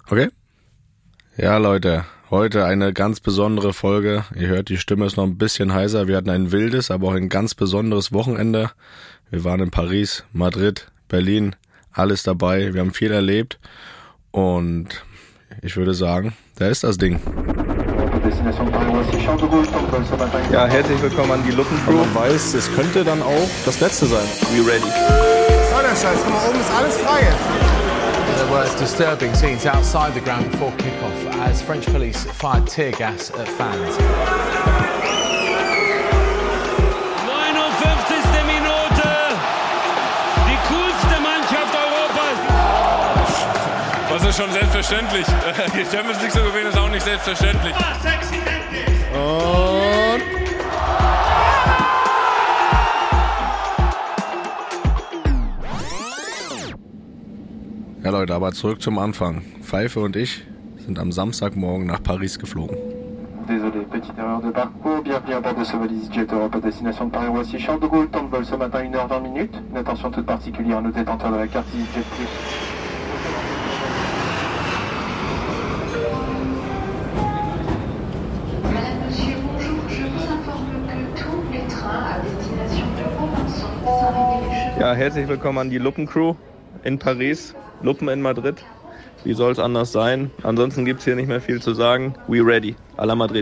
Okay? Ja, Leute, heute eine ganz besondere Folge. Ihr hört, die Stimme ist noch ein bisschen heiser. Wir hatten ein wildes, aber auch ein ganz besonderes Wochenende. Wir waren in Paris, Madrid, Berlin, alles dabei. Wir haben viel erlebt und ich würde sagen, da ist das Ding. Ja, herzlich willkommen an die Luppen-Crew. Man weiß, es könnte dann auch das letzte sein. We ready. Was soll der Scheiß? Guck mal, oben ist alles frei jetzt. There were disturbing scenes outside the ground before kick-off as French police fired tear gas at fans. 59. Minute. Die coolste Mannschaft Europas. Das ist schon selbstverständlich. Die Champions League zu gewinnen ist auch nicht selbstverständlich. Und Ja, Leute, aber zurück zum Anfang. Pfeife und ich sind am Samstagmorgen nach Paris geflogen. Désolé, petite erreur de parcours. Bienvenue à bord de ce Wallis Jet Europe à destination de Paris-Roissy Charles de Gaulle. Temps de vol ce matin 1h20 minutes. Une attention toute particulière aux détenteurs de la carte EasyJet Plus. Madame, Monsieur, bonjour. Je vous informe que tous les trains à destination de Robinson sont arrivés. Ja, herzlich willkommen an die Luppen-Crew in Paris, Luppen in Madrid. Wie soll es anders sein? Ansonsten gibt es hier nicht mehr viel zu sagen. We ready. À la Madrid.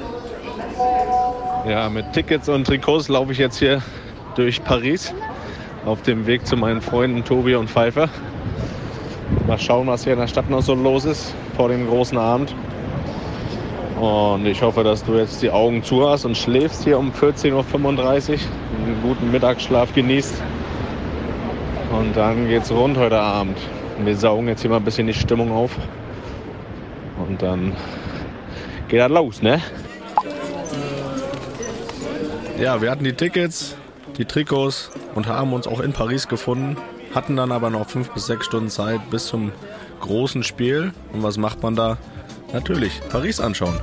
Ja, mit Tickets und Trikots laufe ich jetzt hier durch Paris auf dem Weg zu meinen Freunden Tobi und Pfeifer. Mal schauen, was hier in der Stadt noch so los ist vor dem großen Abend. Und ich hoffe, dass du jetzt die Augen zu hast und schläfst hier um 14.35 Uhr, einen guten Mittagsschlaf genießt. Und dann geht's rund heute Abend. Wir saugen jetzt hier mal ein bisschen die Stimmung auf. Und dann geht das los, ne? Ja, wir hatten die Tickets, die Trikots und haben uns auch in Paris gefunden. Hatten dann aber noch 5 bis 6 Stunden Zeit bis zum großen Spiel. Und was macht man da? Natürlich, Paris anschauen.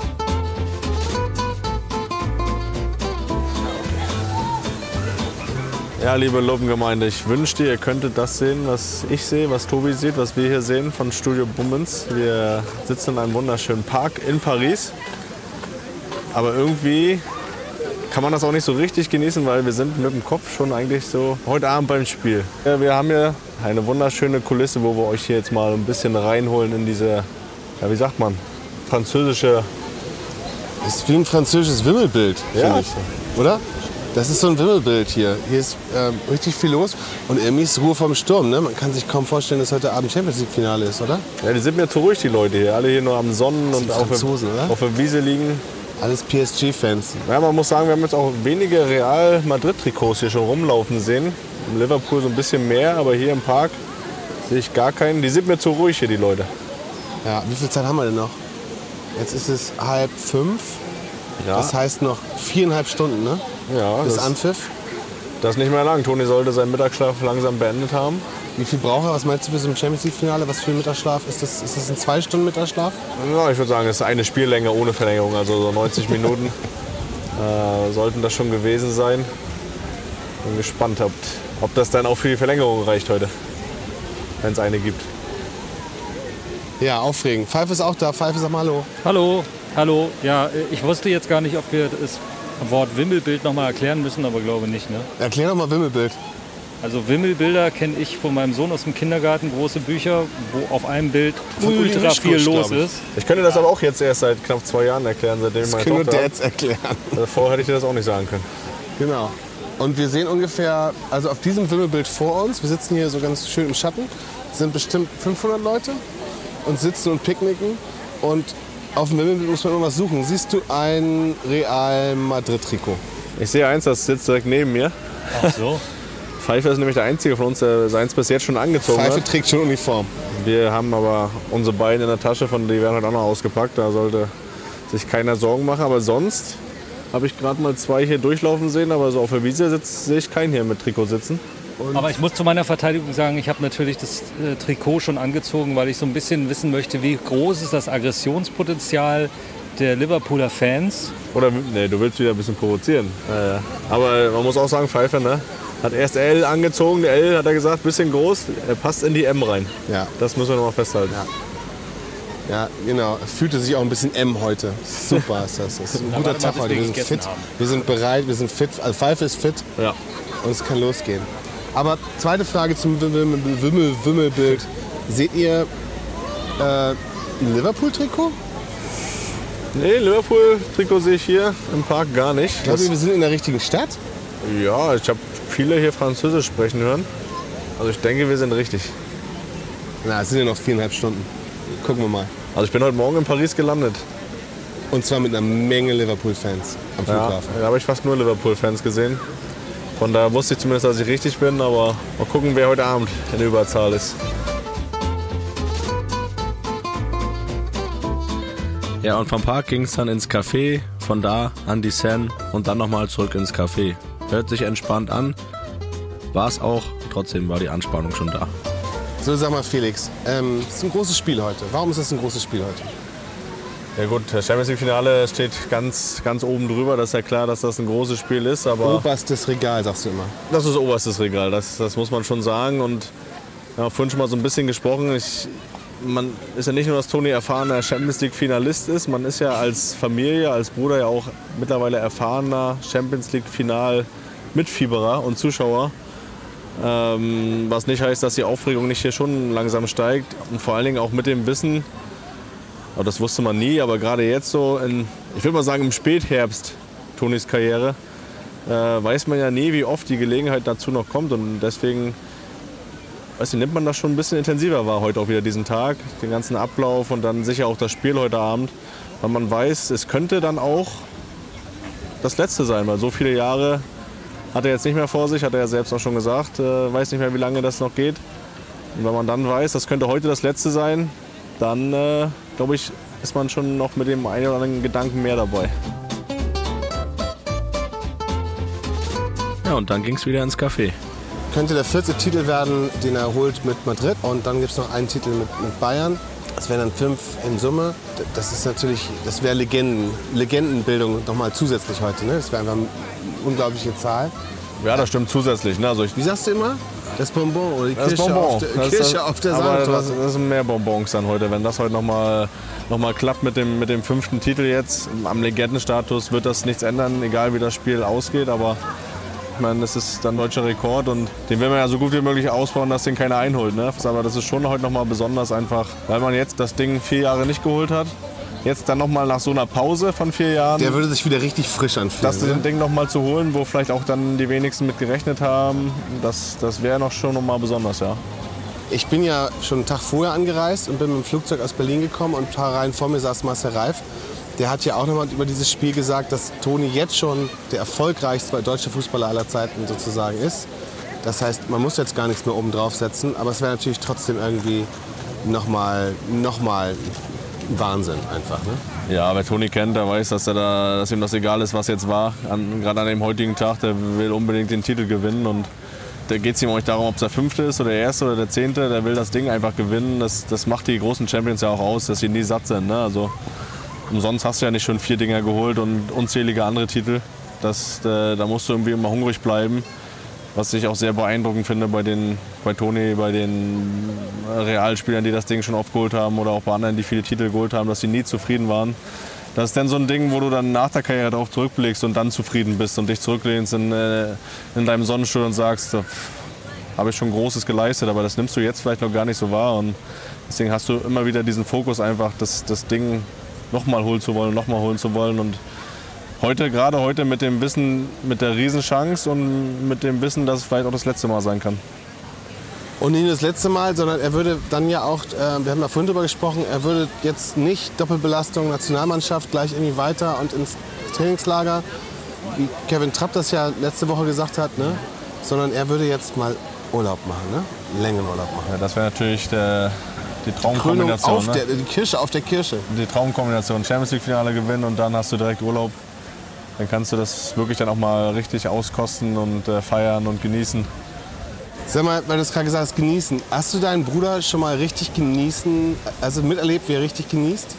Ja, liebe Lupengemeinde, ich wünschte, ihr könntet das sehen, was ich sehe, was Tobi sieht, was wir hier sehen von Studio Bummens. Wir sitzen in einem wunderschönen Park in Paris. Aber irgendwie kann man das auch nicht so richtig genießen, weil wir sind mit dem Kopf schon eigentlich so heute Abend beim Spiel. Ja, wir haben hier eine wunderschöne Kulisse, wo wir euch hier jetzt mal ein bisschen reinholen in diese, ja, wie sagt man, französische... das ist wie ein französisches Wimmelbild, finde ich. Oder? Das ist so ein Wimmelbild hier. Hier ist richtig viel los und irgendwie ist Ruhe vom Sturm. Ne? Man kann sich kaum vorstellen, dass heute Abend Champions League Finale ist, oder? Ja, die sind mir zu ruhig, die Leute hier. Alle hier nur am Sonnen und auf der Wiese liegen. Alles PSG-Fans. Ja, man muss sagen, wir haben jetzt auch wenige Real Madrid-Trikots hier schon rumlaufen sehen. In Liverpool so ein bisschen mehr, aber hier im Park sehe ich gar keinen. Die sind mir zu ruhig hier, die Leute. Ja, wie viel Zeit haben wir denn noch? Jetzt ist es 4:30. Ja. Das heißt noch 4,5 Stunden, ne? Ja, Bis Anpfiff. das ist nicht mehr lang. Toni sollte seinen Mittagsschlaf langsam beendet haben. Wie viel braucht er? Was meinst du für so ein Champions League-Finale? Was für ein Mittagsschlaf? Ist das ein 2 Stunden Mittagsschlaf? Ja, ich würde sagen, das ist eine Spiellänge ohne Verlängerung, also so 90 Minuten sollten das schon gewesen sein. Bin gespannt, ob das dann auch für die Verlängerung reicht heute, wenn es eine gibt. Ja, aufregend. Pfeife ist auch da. Pfeife, sag mal hallo. Hallo, hallo. Ja, ich wusste jetzt gar nicht, ob wir das Wort Wimmelbild noch mal erklären müssen, aber glaube nicht, ne? Erklär doch mal Wimmelbild. Also Wimmelbilder kenne ich von meinem Sohn aus dem Kindergarten, große Bücher, wo auf einem Bild ultra viel los ist. Ich könnte das aber auch jetzt erst seit knapp 2 Jahren erklären, seitdem meine Können wir Tochter dir jetzt erklären. Vorher hätte ich dir das auch nicht sagen können. Genau. Und wir sehen ungefähr, also auf diesem Wimmelbild vor uns, wir sitzen hier so ganz schön im Schatten, sind bestimmt 500 Leute und sitzen und picknicken. Und auf dem Wimmelbild muss man irgendwas suchen. Siehst du ein Real Madrid-Trikot? Ich sehe eins, das sitzt direkt neben mir. Ach so. Pfeife ist nämlich der Einzige von uns, der seins bis jetzt schon angezogen Pfeife hat. trägt schon Uniform. Wir haben aber unsere Beine in der Tasche, von die werden heute auch noch ausgepackt. Da sollte sich keiner Sorgen machen. Aber sonst habe ich gerade mal 2 hier durchlaufen sehen, aber so auf der Wiese sehe ich keinen hier mit Trikot sitzen. Aber ich muss zu meiner Verteidigung sagen, ich habe natürlich das Trikot schon angezogen, weil ich so ein bisschen wissen möchte, wie groß ist das Aggressionspotenzial der Liverpooler Fans. Oder, nee, du willst wieder ein bisschen provozieren. Aber man muss auch sagen, Pfeiffer, ne? Hat erst L angezogen, der L hat er gesagt, bisschen groß, er passt in die M rein. Ja. Das müssen wir noch mal festhalten. Ja. Ja, genau. Es fühlte sich auch ein bisschen M heute. Super ist das. Das ist ein guter Tag heute. Wir sind fit, wir sind bereit, wir sind fit. Also Pfeife ist fit und es kann losgehen. Aber zweite Frage zum Wimmelbild. Seht ihr ein Liverpool-Trikot? Nee, Liverpool-Trikot sehe ich hier im Park gar nicht. Glaubt ihr, wir sind in der richtigen Stadt? Ja, ich habe viele hier Französisch sprechen hören. Also ich denke, wir sind richtig. Na, es sind ja noch 4,5 Stunden. Gucken wir mal. Also ich bin heute Morgen in Paris gelandet. Und zwar mit einer Menge Liverpool-Fans am Flughafen. Ja, da habe ich fast nur Liverpool-Fans gesehen. Von daher wusste ich zumindest, dass ich richtig bin. Aber mal gucken, wer heute Abend in der Überzahl ist. Ja, und vom Park ging es dann ins Café, von da an die Seine und dann nochmal zurück ins Café. Hört sich entspannt an, war es auch, trotzdem war die Anspannung schon da. So, sag mal Felix, es ist ein großes Spiel heute. Warum ist das ein großes Spiel heute? Ja gut, das Champions League-Finale steht ganz oben drüber. Das ist ja klar, dass das ein großes Spiel ist. Aber oberstes Regal, sagst du immer. Das ist oberstes Regal, das muss man schon sagen. Und ja, vorhin schon mal so ein bisschen gesprochen. Man ist ja nicht nur, dass Toni erfahrener Champions League-Finalist ist. Man ist ja als Familie, als Bruder ja auch mittlerweile erfahrener Champions League-Final-Mitfieberer und Zuschauer. Was nicht heißt, dass die Aufregung nicht hier schon langsam steigt. Und vor allen Dingen auch mit dem Wissen, aber das wusste man nie, aber gerade jetzt so, ich würde mal sagen im Spätherbst Tonis Karriere, weiß man ja nie, wie oft die Gelegenheit dazu noch kommt. Und deswegen nimmt man das schon ein bisschen intensiver wahr heute auch wieder diesen Tag, den ganzen Ablauf und dann sicher auch das Spiel heute Abend. Weil man weiß, es könnte dann auch das Letzte sein, weil so viele Jahre hat er jetzt nicht mehr vor sich, hat er ja selbst auch schon gesagt, weiß nicht mehr, wie lange das noch geht. Und wenn man dann weiß, das könnte heute das Letzte sein, dann glaube ich, ist man schon noch mit dem einen oder anderen Gedanken mehr dabei. Ja, und dann ging es wieder ins Café. Könnte der 4. Titel werden, den er holt mit Madrid. Und dann gibt es noch einen Titel mit Bayern. Das wären dann 5 in Summe. Das ist natürlich, das wäre Legendenbildung nochmal zusätzlich heute. Ne? Das wäre einfach eine unglaubliche Zahl. Ja, das stimmt zusätzlich. Ne? Also wie sagst du immer? Das Bonbon oder die Kirsche, auf der Sahnetorte. Das sind mehr Bonbons dann heute. Wenn das heute noch mal klappt mit dem 5. Titel jetzt, am Legendenstatus wird das nichts ändern, egal wie das Spiel ausgeht. Aber ich meine, das ist dann deutscher Rekord und den will man ja so gut wie möglich ausbauen, dass den keiner einholt. Ne? Aber das ist schon heute noch mal besonders einfach, weil man jetzt das Ding 4 Jahre nicht geholt hat. Jetzt dann nochmal nach so einer Pause von 4 Jahren. Der würde sich wieder richtig frisch anfühlen. Das Ding nochmal zu holen, wo vielleicht auch dann die wenigsten mit gerechnet haben, das wäre schon nochmal besonders, ja. Ich bin ja schon einen Tag vorher angereist und bin mit dem Flugzeug aus Berlin gekommen und ein paar Reihen vor mir saß Marcel Reif. Der hat ja auch nochmal über dieses Spiel gesagt, dass Toni jetzt schon der erfolgreichste deutsche Fußballer aller Zeiten sozusagen ist. Das heißt, man muss jetzt gar nichts mehr oben drauf setzen, aber es wäre natürlich trotzdem irgendwie nochmal Wahnsinn einfach, ne? Ja, wer Toni kennt, der weiß, dass ihm das egal ist, was jetzt war. Gerade an dem heutigen Tag, der will unbedingt den Titel gewinnen. Und da geht es ihm auch nicht darum, ob es der 5. ist oder der 1. oder der 10. Der will das Ding einfach gewinnen. Das macht die großen Champions ja auch aus, dass sie nie satt sind. Ne? Also, umsonst hast du ja nicht schon 4 Dinger geholt und unzählige andere Titel. Da musst du irgendwie immer hungrig bleiben. Was ich auch sehr beeindruckend finde bei Toni, bei den Realspielern, die das Ding schon oft geholt haben oder auch bei anderen, die viele Titel geholt haben, dass sie nie zufrieden waren. Das ist dann so ein Ding, wo du dann nach der Karriere darauf zurückblickst und dann zufrieden bist und dich zurücklehnst in deinem Sonnenstuhl und sagst, da habe ich schon Großes geleistet, aber das nimmst du jetzt vielleicht noch gar nicht so wahr. Und deswegen hast du immer wieder diesen Fokus einfach, das Ding nochmal holen zu wollen. Und gerade heute mit dem Wissen, mit der Riesenchance und mit dem Wissen, dass es vielleicht auch das letzte Mal sein kann. Und nicht nur das letzte Mal, sondern er würde dann ja auch, wir haben ja vorhin drüber gesprochen, er würde jetzt nicht Doppelbelastung Nationalmannschaft gleich irgendwie weiter und ins Trainingslager, wie Kevin Trapp das ja letzte Woche gesagt hat, ne? Sondern er würde jetzt mal Urlaub machen, ne? Längenurlaub machen. Ja, das wäre natürlich die Traumkombination. Die Kirsche auf der Kirsche. Die Traumkombination, Champions League-Finale gewinnen und dann hast du direkt Urlaub. Dann kannst du das wirklich dann auch mal richtig auskosten und feiern und genießen. Sag mal, weil du es gerade gesagt hast, genießen. Hast du deinen Bruder schon mal richtig genießen, also miterlebt, wie er richtig genießt?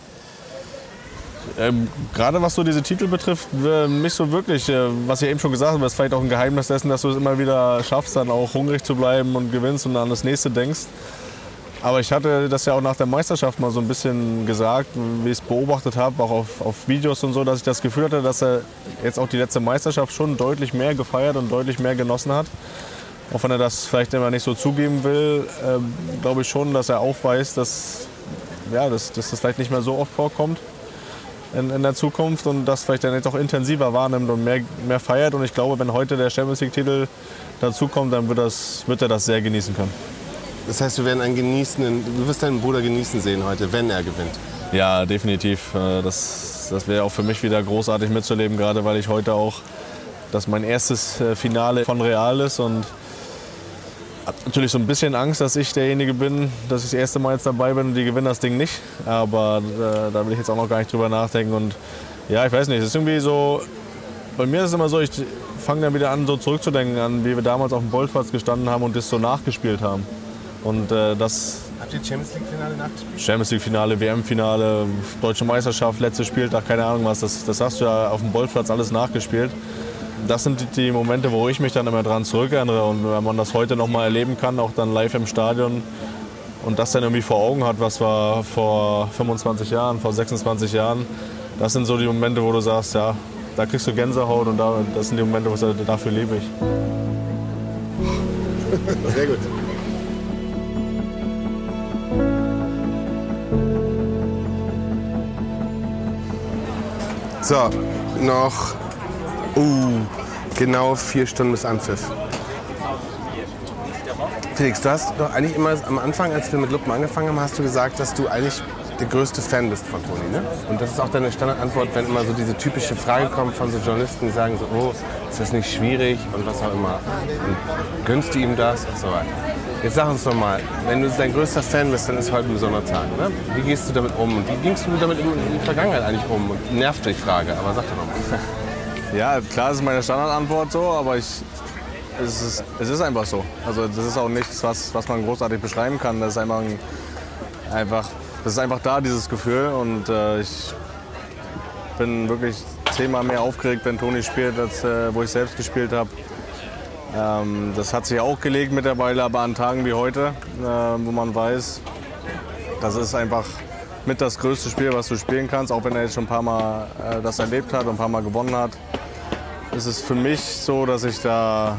Gerade was so diese Titel betrifft, nicht so wirklich. Was ich eben schon gesagt habe, ist vielleicht auch ein Geheimnis dessen, dass du es immer wieder schaffst, dann auch hungrig zu bleiben und gewinnst und an das nächste denkst. Aber ich hatte das ja auch nach der Meisterschaft mal so ein bisschen gesagt, wie ich es beobachtet habe, auch auf Videos und so, dass ich das Gefühl hatte, dass er jetzt auch die letzte Meisterschaft schon deutlich mehr gefeiert und deutlich mehr genossen hat. Auch wenn er das vielleicht immer nicht so zugeben will, glaube ich schon, dass er aufweist, dass das vielleicht nicht mehr so oft vorkommt in der Zukunft und das vielleicht dann jetzt auch intensiver wahrnimmt und mehr feiert. Und ich glaube, wenn heute der Champions League-Titel dazukommt, dann wird er das sehr genießen können. Das heißt, du wirst deinen Bruder genießen sehen heute, wenn er gewinnt. Ja, definitiv. Das wäre auch für mich wieder großartig mitzuleben, gerade weil ich heute auch, dass mein erstes Finale von Real ist und habe natürlich so ein bisschen Angst, dass ich derjenige bin, dass ich das erste Mal jetzt dabei bin und die gewinnen das Ding nicht. Aber da will ich jetzt auch noch gar nicht drüber nachdenken. Und ja, ich weiß nicht, es ist irgendwie so, bei mir ist es immer so, ich fange dann wieder an, so zurückzudenken an, wie wir damals auf dem Bolzplatz gestanden haben und das so nachgespielt haben. Und das. Habt ihr Champions League-Finale nachgespielt? Champions League-Finale, WM-Finale, Deutsche Meisterschaft, letzter Spieltag, keine Ahnung was. Das hast du ja auf dem Bolzplatz alles nachgespielt. Das sind die Momente, wo ich mich dann immer dran zurückerinnere. Und wenn man das heute noch mal erleben kann, auch dann live im Stadion und das dann irgendwie vor Augen hat, was war vor 25 Jahren, vor 26 Jahren, das sind so die Momente, wo du sagst, ja, da kriegst du Gänsehaut und das sind die Momente, dafür lebe ich. Sehr gut. So, noch genau 4 Stunden bis Anpfiff. Felix, du hast doch eigentlich immer am Anfang, als wir mit Luppen angefangen haben, hast du gesagt, dass du eigentlich der größte Fan bist von Toni, ne? Und das ist auch deine Standardantwort, wenn immer so diese typische Frage kommt von so Journalisten, die sagen so, oh, ist das nicht schwierig und was auch immer. Und gönnst du ihm das und so weiter. Jetzt sag uns doch mal, wenn du dein größter Fan bist, dann ist heute ein besonderer Tag, ne? Wie gehst du damit um? Und wie gingst du damit in der Vergangenheit eigentlich um? Und nervt dich Frage, aber sag doch noch mal. Ja, klar, das ist meine Standardantwort so, aber es ist einfach so. Also das ist auch nichts, was man großartig beschreiben kann. Das ist einfach da, dieses Gefühl. Und ich bin wirklich 10-mal mehr aufgeregt, wenn Toni spielt, als wo ich selbst gespielt habe. Das hat sich auch gelegt mittlerweile, aber an Tagen wie heute, wo man weiß, das ist einfach mit das größte Spiel, was du spielen kannst, auch wenn er jetzt schon ein paar Mal das erlebt hat und ein paar Mal gewonnen hat. Ist es für mich so, dass ich da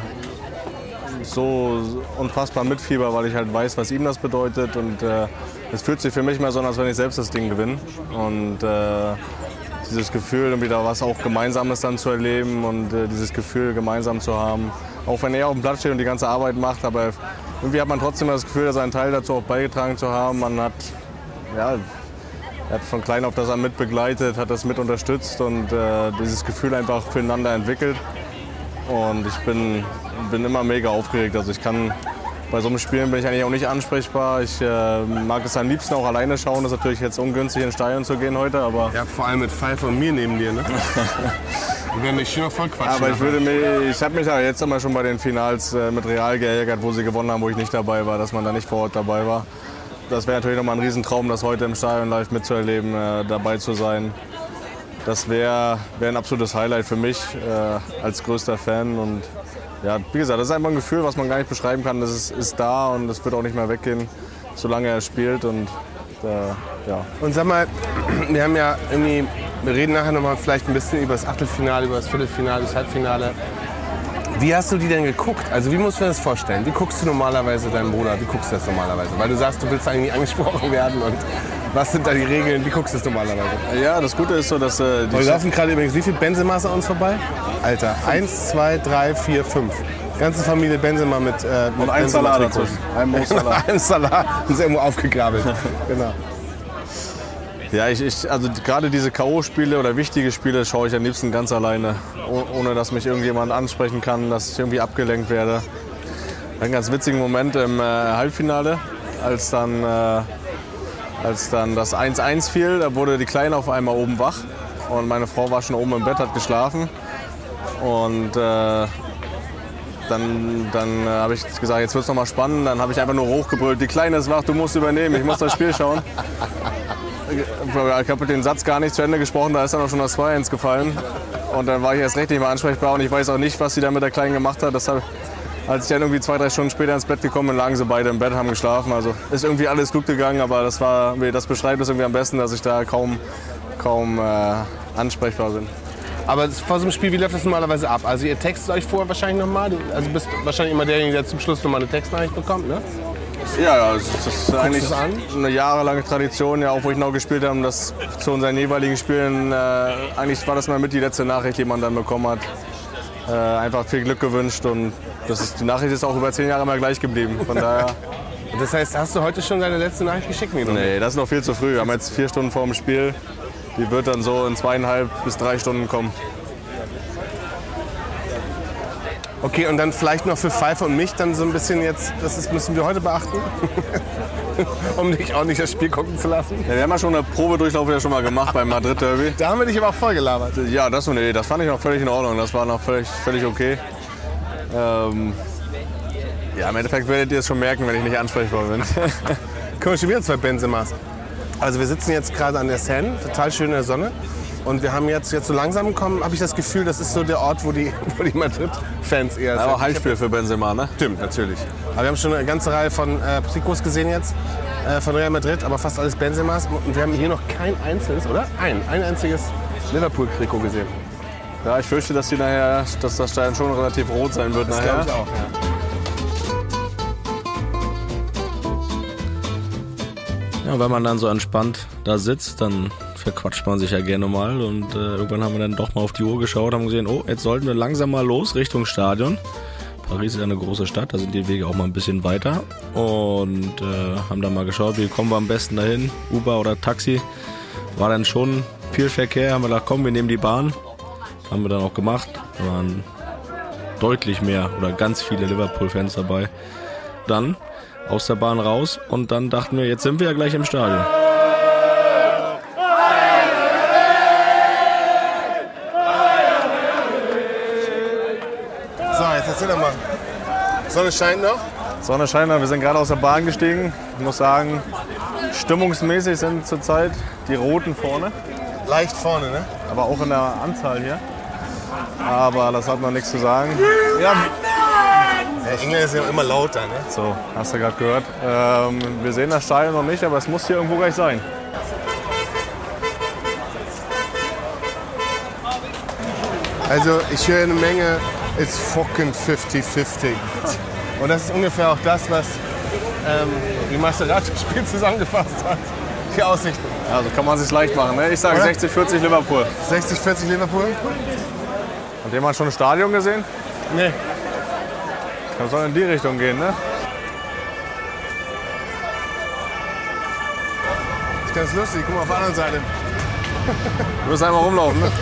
so unfassbar mitfieber, weil ich halt weiß, was ihm das bedeutet. Und es fühlt sich für mich mal so an, als wenn ich selbst das Ding gewinne. Und dieses Gefühl, irgendwie da was auch Gemeinsames dann zu erleben und dieses Gefühl gemeinsam zu haben. Auch wenn er auf dem Platz steht und die ganze Arbeit macht, aber irgendwie hat man trotzdem das Gefühl, dass einen Teil dazu auch beigetragen zu haben. Man hat, ja, er hat von klein auf das an mit begleitet, hat das mit unterstützt und dieses Gefühl einfach füreinander entwickelt. Und ich bin immer mega aufgeregt. Also ich kann bei so einem Spielen bin ich eigentlich auch nicht ansprechbar. Ich mag es am liebsten auch alleine schauen. Das ist natürlich jetzt ungünstig, ins Stadion zu gehen heute, aber ja, vor allem mit Pfeife und mir neben dir, ne? Wir werden mich schon voll quatschen. Aber ich habe mich ja jetzt immer schon bei den Finals mit Real geärgert, wo sie gewonnen haben, wo ich nicht dabei war, dass man da nicht vor Ort dabei war. Das wäre natürlich nochmal ein Riesentraum, das heute im Stadion live mitzuerleben, dabei zu sein. Das wäre ein absolutes Highlight für mich als größter Fan. Und ja, wie gesagt, das ist einfach ein Gefühl, was man gar nicht beschreiben kann. Das ist da und das wird auch nicht mehr weggehen, solange er spielt. Und, ja. Und sag mal, wir reden nachher nochmal vielleicht ein bisschen über das Achtelfinale, über das Viertelfinale, das Halbfinale. Wie hast du die denn geguckt? Also wie musst du dir das vorstellen? Wie guckst du normalerweise deinen Bruder? Wie guckst du das normalerweise? Weil du sagst, du willst eigentlich angesprochen werden und was sind da die Regeln? Wie guckst du das normalerweise? Ja, das Gute ist so, dass wir laufen gerade übrigens, wie viele Benzemas an uns vorbei? Alter, 1, 2, 3, 4, 5. Ganze Familie Benzema mit und ein Salat dazwischen. Ein Moos-Salat. Ein Salat und ist irgendwo aufgegrabbelt. Genau. Ja, also gerade diese K.O.-Spiele oder wichtige Spiele schaue ich am liebsten ganz alleine, ohne dass mich irgendjemand ansprechen kann, dass ich irgendwie abgelenkt werde. Ein ganz witzigen Moment im Halbfinale, als dann das 1-1 fiel, da wurde die Kleine auf einmal oben wach und meine Frau war schon oben im Bett, hat geschlafen und dann habe ich gesagt, jetzt wird es nochmal spannend, dann habe ich einfach nur hochgebrüllt, die Kleine ist wach, du musst übernehmen, ich muss das Spiel schauen. Ich habe den Satz gar nicht zu Ende gesprochen, da ist dann auch schon das 2-1 gefallen. Und dann war ich erst recht nicht mehr ansprechbar und ich weiß auch nicht, was sie da mit der Kleinen gemacht hat. Das habe Als ich dann irgendwie 2-3 Stunden später ins Bett gekommen bin, lagen sie beide im Bett, haben geschlafen. Also ist irgendwie alles gut gegangen, aber das beschreibt es irgendwie am besten, dass ich da kaum ansprechbar bin. Aber vor so einem Spiel, wie läuft das normalerweise ab? Also ihr textet euch vorher wahrscheinlich nochmal? Also bist wahrscheinlich immer derjenige, der zum Schluss nochmal eine Textnachricht bekommt, ne? Ja, das ist eigentlich eine jahrelange Tradition, ja, auch wo ich noch gespielt habe, dass zu unseren jeweiligen Spielen, eigentlich war das mal mit die letzte Nachricht, die man dann bekommen hat. Einfach viel Glück gewünscht und die Nachricht ist auch über 10 Jahre immer gleich geblieben. Von daher. Das heißt, hast du heute schon deine letzte Nachricht geschickt? Nee, das ist noch viel zu früh. Wir haben jetzt 4 Stunden vor dem Spiel. Die wird dann so in 2,5 bis 3 Stunden kommen. Okay, und dann vielleicht noch für Pfeiffer und mich dann so ein bisschen jetzt, müssen wir heute beachten, um dich auch nicht das Spiel gucken zu lassen. Ja, wir haben ja schon eine Probedurchlauf schon mal gemacht beim Madrid-Derby. Da haben wir dich aber auch voll gelabert. Ja, das fand ich noch völlig in Ordnung. Das war noch völlig okay. Ja, im Endeffekt werdet ihr es schon merken, wenn ich nicht ansprechbar bin. Guck mal, schon wieder 2 Benzemas. Also wir sitzen jetzt gerade an der Seine, total schön in der Sonne. Und wir haben jetzt so langsam kommen, habe ich das Gefühl, das ist so der Ort, wo die Madrid-Fans eher sind. Aber Heimspiel für Benzema, ne? Stimmt, natürlich. Aber wir haben schon eine ganze Reihe von Trikots gesehen jetzt, von Real Madrid, aber fast alles Benzemas. Und wir haben hier noch kein einziges, oder? Ein einziges Liverpool-Trikot gesehen. Ja, ich fürchte, dass das Stadion schon relativ rot sein wird das nachher. Das glaube ich auch, ja. Ja, wenn man dann so entspannt da sitzt, dann verquatscht man sich ja gerne mal und irgendwann haben wir dann doch mal auf die Uhr geschaut, haben gesehen, oh, jetzt sollten wir langsam mal los Richtung Stadion. Paris ist ja eine große Stadt, da sind die Wege auch mal ein bisschen weiter und haben dann mal geschaut, wie kommen wir am besten dahin, Uber oder Taxi. War dann schon viel Verkehr, haben wir gedacht, komm, wir nehmen die Bahn. Haben wir dann auch gemacht, da waren deutlich mehr oder ganz viele Liverpool-Fans dabei. Dann aus der Bahn raus und dann dachten wir, jetzt sind wir ja gleich im Stadion. So, jetzt erzähl doch mal. Sonne scheint noch? Sonne scheint noch, wir sind gerade aus der Bahn gestiegen. Ich muss sagen, stimmungsmäßig sind zurzeit die Roten vorne. Leicht vorne, ne? Aber auch in der Anzahl hier. Aber das hat noch nichts zu sagen. Ja. England ist ja immer lauter, ne? So, hast du gerade gehört. Wir sehen das Stadion noch nicht, aber es muss hier irgendwo gleich sein. Also ich höre eine Menge, it's fucking 50-50. Und das ist ungefähr auch das, was die Maserati-Spiel zusammengefasst hat. Die Aussichten. Also kann man es sich leicht machen, ne? Ich sage 60-40 Liverpool. 60-40 Liverpool? Hat jemand schon ein Stadion gesehen? Nee. Das soll in die Richtung gehen, ne? Das ist ganz lustig, guck mal auf der anderen Seite. Du musst einmal rumlaufen, ne?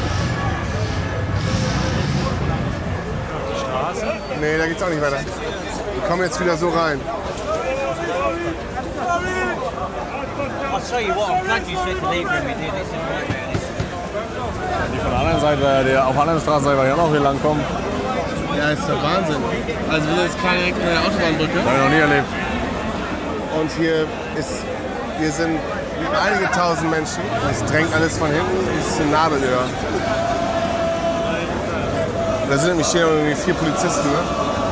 Die Straße? Nee, da geht's auch nicht weiter. Wir kommen jetzt wieder so rein. Die von der anderen Seite, auf der anderen Straßenseite war ja auch noch hier lang kommen. Ja, ist doch Wahnsinn. Also wir sind jetzt gerade direkt an der Autobahnbrücke. Das habe ich noch nie erlebt. Und hier sind einige tausend Menschen. Es drängt alles von hinten, es ist ein Nadelöhr. Da sind nämlich hier irgendwie 4 Polizisten, ne?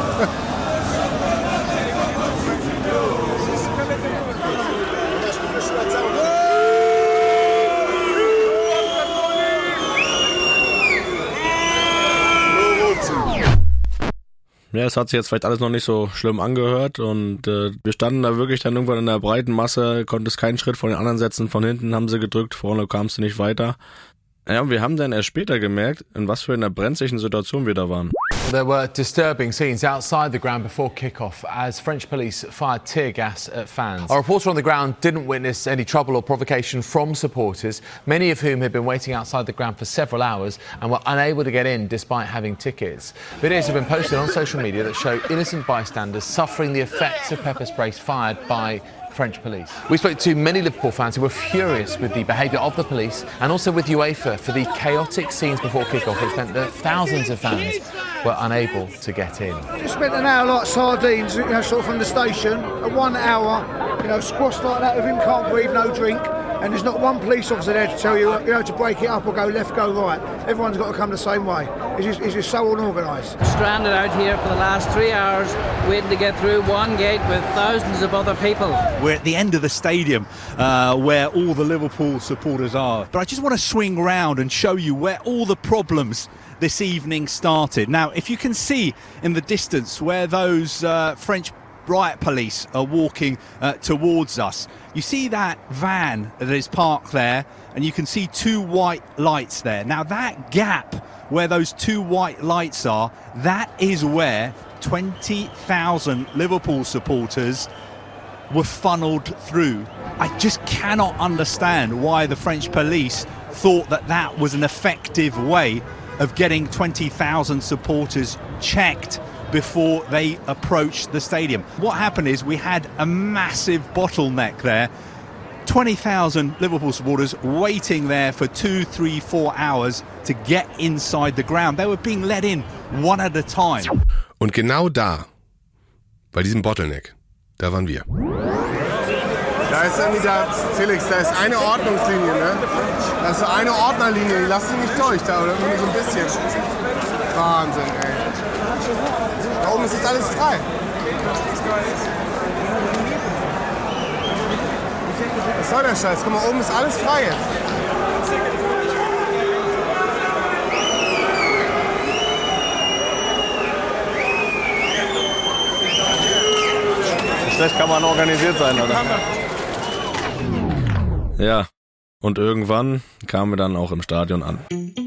Ja, es hat sich jetzt vielleicht alles noch nicht so schlimm angehört und wir standen da wirklich dann irgendwann in der breiten Masse, konntest keinen Schritt von den anderen setzen, von hinten haben sie gedrückt, vorne kamst du nicht weiter. Ja, und wir haben dann erst später gemerkt, in was für einer brenzlichen Situation wir da waren. There were disturbing scenes outside the ground before kick-off as French police fired tear gas at fans. Our reporter on the ground didn't witness any trouble or provocation from supporters, many of whom had been waiting outside the ground for several hours and were unable to get in despite having tickets. Videos have been posted on social media that show innocent bystanders suffering the effects of pepper sprays fired by French police. We spoke to many Liverpool fans who were furious with the behaviour of the police and also with UEFA for the chaotic scenes before kick-off, which meant that thousands of fans were unable to get in. We spent an hour like sardines, sort of from the station, 1 hour, squashed like that with him, can't breathe, no drink. And there's not one police officer there to tell you, to break it up or go left, go right. Everyone's got to come the same way. It's just so unorganised. Stranded out here for the last 3 hours, waiting to get through one gate with thousands of other people. We're at the end of the stadium where all the Liverpool supporters are. But I just want to swing round and show you where all the problems this evening started. Now, if you can see in the distance where those French riot police are walking towards us, you see that van that is parked there, and you can see 2 white lights there. Now, that gap where those 2 white lights are, that is where 20,000 Liverpool supporters were funneled through. I just cannot understand why the French police thought that was an effective way of getting 20,000 supporters checked before they approached the stadium. What happened is we had a massive bottleneck there. 20,000 Liverpool supporters waiting there for 2, 3, 4 hours to get inside the ground. They were being let in one at a time. Und genau da, bei diesem Bottleneck, da waren wir. Da ist irgendwie Felix, da ist eine Ordnungslinie, ne? Da ist so eine Ordnerlinie, die lassen die nicht durch, da oder irgendwie so ein bisschen. Wahnsinn, ey. Da oben ist jetzt alles frei. Was soll der Scheiß? Guck mal, oben ist alles frei jetzt. Schlecht kann man organisiert sein, oder? Ja, und irgendwann kamen wir dann auch im Stadion an.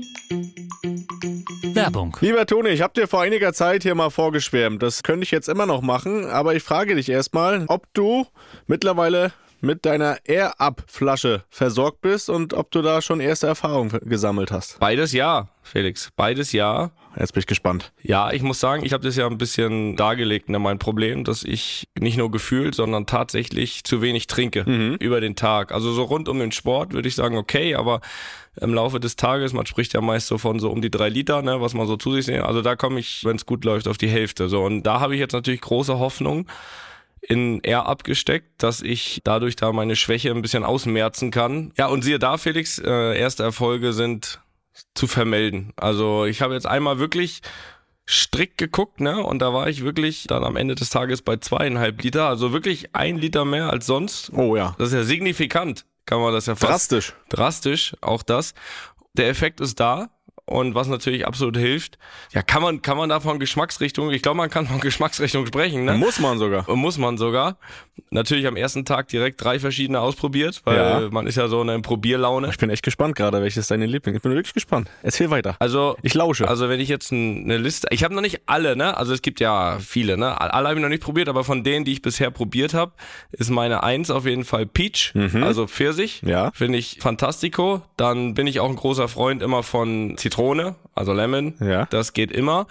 Werbung. Lieber Toni, ich habe dir vor einiger Zeit hier mal vorgeschwärmt. Das könnte ich jetzt immer noch machen, aber ich frage dich erstmal, ob du mittlerweile mit deiner Air-Up-Flasche versorgt bist und ob du da schon erste Erfahrungen gesammelt hast. Beides ja, Felix. Beides ja. Jetzt bin ich gespannt. Ja, ich muss sagen, ich habe das ja ein bisschen dargelegt, mein Problem, dass ich nicht nur gefühlt, sondern tatsächlich zu wenig trinke über den Tag. Also so rund um den Sport würde ich sagen, okay, aber im Laufe des Tages, man spricht ja meist so von so um die 3 Liter, ne, was man so zu sich sehen. Also da komme ich, wenn es gut läuft, auf die Hälfte. So, und da habe ich jetzt natürlich große Hoffnung in Air-Up gesteckt, dass ich dadurch da meine Schwäche ein bisschen ausmerzen kann. Ja, und siehe da, Felix, erste Erfolge sind zu vermelden. Also ich habe jetzt einmal wirklich strikt geguckt, ne, und da war ich wirklich dann am Ende des Tages bei 2,5 Liter, also wirklich 1 Liter mehr als sonst. Oh ja. Das ist ja signifikant, kann man das ja fast. Drastisch, auch das. Der Effekt ist da. Und was natürlich absolut hilft, ja, kann man da von Geschmacksrichtung, ich glaube, man kann von Geschmacksrichtung sprechen, ne? Muss man sogar. Natürlich am ersten Tag direkt 3 verschiedene ausprobiert, weil man ist ja so in einer Probierlaune. Ich bin echt gespannt gerade, welches ist deine Liebling? Ich bin wirklich gespannt. Erzähl weiter. Also, ich lausche. Also, wenn ich jetzt eine Liste, ich habe noch nicht alle, ne? Also, es gibt ja viele, ne? Alle habe ich noch nicht probiert, aber von denen, die ich bisher probiert habe, ist meine 1 auf jeden Fall Peach, also Pfirsich. Ja. Finde ich fantastico. Dann bin ich auch ein großer Freund immer von Zitrone, also Lemon. Ja. Das geht immer.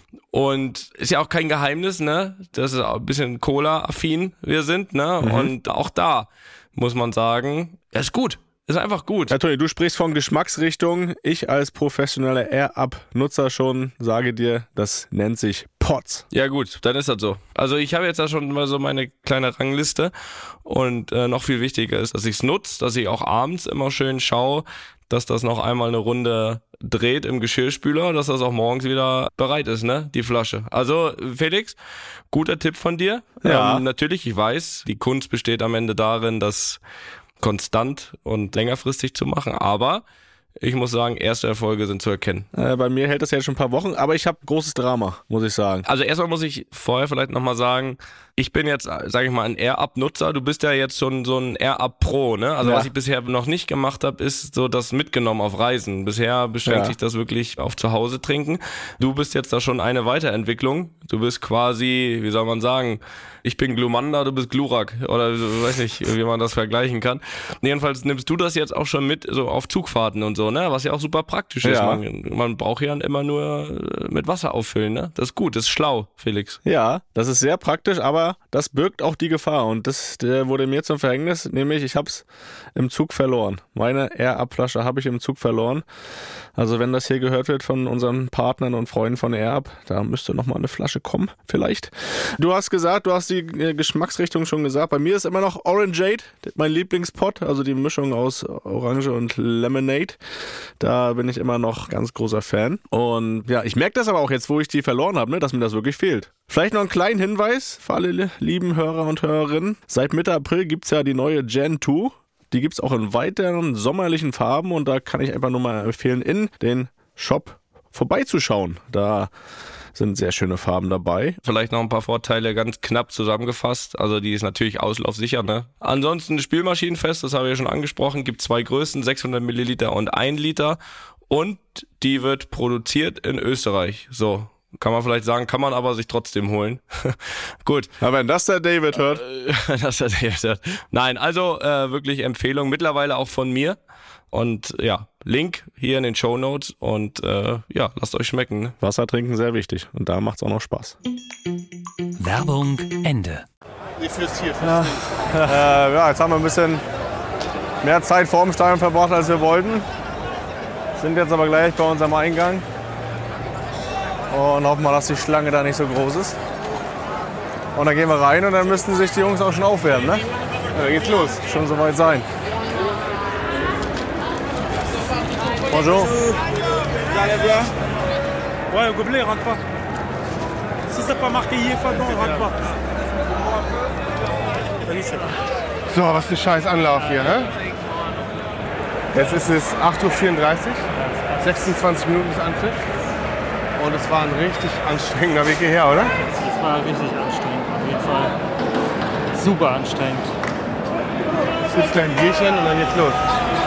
Und ist ja auch kein Geheimnis, ne? Das ist auch ein bisschen Cola-affin wir sind, ne? Und auch da muss man sagen, ist gut. Ist einfach gut. Ja, Toni, du sprichst von Geschmacksrichtung. Ich als professioneller Air-Up-Nutzer schon sage dir, das nennt sich Pots. Ja gut, dann ist das so. Also ich habe jetzt da schon mal so meine kleine Rangliste und noch viel wichtiger ist, dass ich es nutze, dass ich auch abends immer schön schaue, dass das noch einmal eine Runde dreht im Geschirrspüler, dass das auch morgens wieder bereit ist, ne, die Flasche. Also Felix, guter Tipp von dir. Ja. Natürlich, ich weiß, die Kunst besteht am Ende darin, das konstant und längerfristig zu machen, aber ich muss sagen, erste Erfolge sind zu erkennen. Bei mir hält das ja schon ein paar Wochen, aber ich habe großes Drama, muss ich sagen. Also erstmal muss ich vorher vielleicht nochmal sagen, ich bin jetzt, sage ich mal, ein Air-Up-Nutzer. Du bist ja jetzt schon so ein Air-Up-Pro, ne? Also was ich bisher noch nicht gemacht habe, ist so das mitgenommen auf Reisen. Bisher beschränkt sich das wirklich auf zu Hause trinken. Du bist jetzt da schon eine Weiterentwicklung. Du bist quasi, wie soll man sagen, ich bin Glumanda, du bist Glurak. Oder weiß nicht, wie man das vergleichen kann. Jedenfalls nimmst du das jetzt auch schon mit, so auf Zugfahrten und so, ne? Was ja auch super praktisch ist. Man braucht ja immer nur mit Wasser auffüllen, ne? Das ist gut, das ist schlau, Felix. Ja, das ist sehr praktisch, aber aber das birgt auch die Gefahr und der wurde mir zum Verhängnis, nämlich ich habe es im Zug verloren. Meine Air-Up-Flasche habe ich im Zug verloren. Also wenn das hier gehört wird von unseren Partnern und Freunden von Air-Up, da müsste nochmal eine Flasche kommen, vielleicht. Du hast die Geschmacksrichtung schon gesagt. Bei mir ist immer noch Orangeade, mein Lieblingspot, also die Mischung aus Orange und Lemonade. Da bin ich immer noch ganz großer Fan. Und ja, ich merke das aber auch jetzt, wo ich die verloren habe, ne, dass mir das wirklich fehlt. Vielleicht noch einen kleinen Hinweis für alle lieben Hörer und Hörerinnen. Seit Mitte April gibt's ja die neue Gen 2. Die gibt's auch in weiteren sommerlichen Farben und da kann ich einfach nur mal empfehlen, in den Shop vorbeizuschauen. Da sind sehr schöne Farben dabei. Vielleicht noch ein paar Vorteile ganz knapp zusammengefasst. Also die ist natürlich auslaufsicher, ne? Ansonsten Spülmaschinenfest, das habe ich ja schon angesprochen, gibt 2 Größen, 600 Milliliter und 1 Liter. Und die wird produziert in Österreich. So, kann man vielleicht sagen, kann man aber sich trotzdem holen. Gut. Aber wenn das der David hört. Nein, also wirklich Empfehlung, mittlerweile auch von mir. Und ja, Link hier in den Shownotes und ja, lasst euch schmecken. Ne? Wasser trinken sehr wichtig und da macht's auch noch Spaß. Werbung Ende. Ja, jetzt haben wir ein bisschen mehr Zeit vor dem Stadion verbracht, als wir wollten. Sind jetzt aber gleich bei unserem Eingang und hoffen mal, dass die Schlange da nicht so groß ist. Und dann gehen wir rein und dann müssten sich die Jungs auch schon aufwärmen, ne? Ja, dann geht's los. Schon soweit sein. Bonjour. Vous allez bien? Ouais, le gobelet, il rentre pas. Si c'est pas marqué IFA, non, il rentre pas. So, was für ein scheiß Anlauf hier, hä? Jetzt ist es 8:34 Uhr, 26 Minuten bis Anpfiff. Und es war ein richtig anstrengender Weg hierher, oder? Es war richtig anstrengend, auf jeden Fall. Super anstrengend. Jetzt gibt's gleich ein Bierchen und dann geht's los.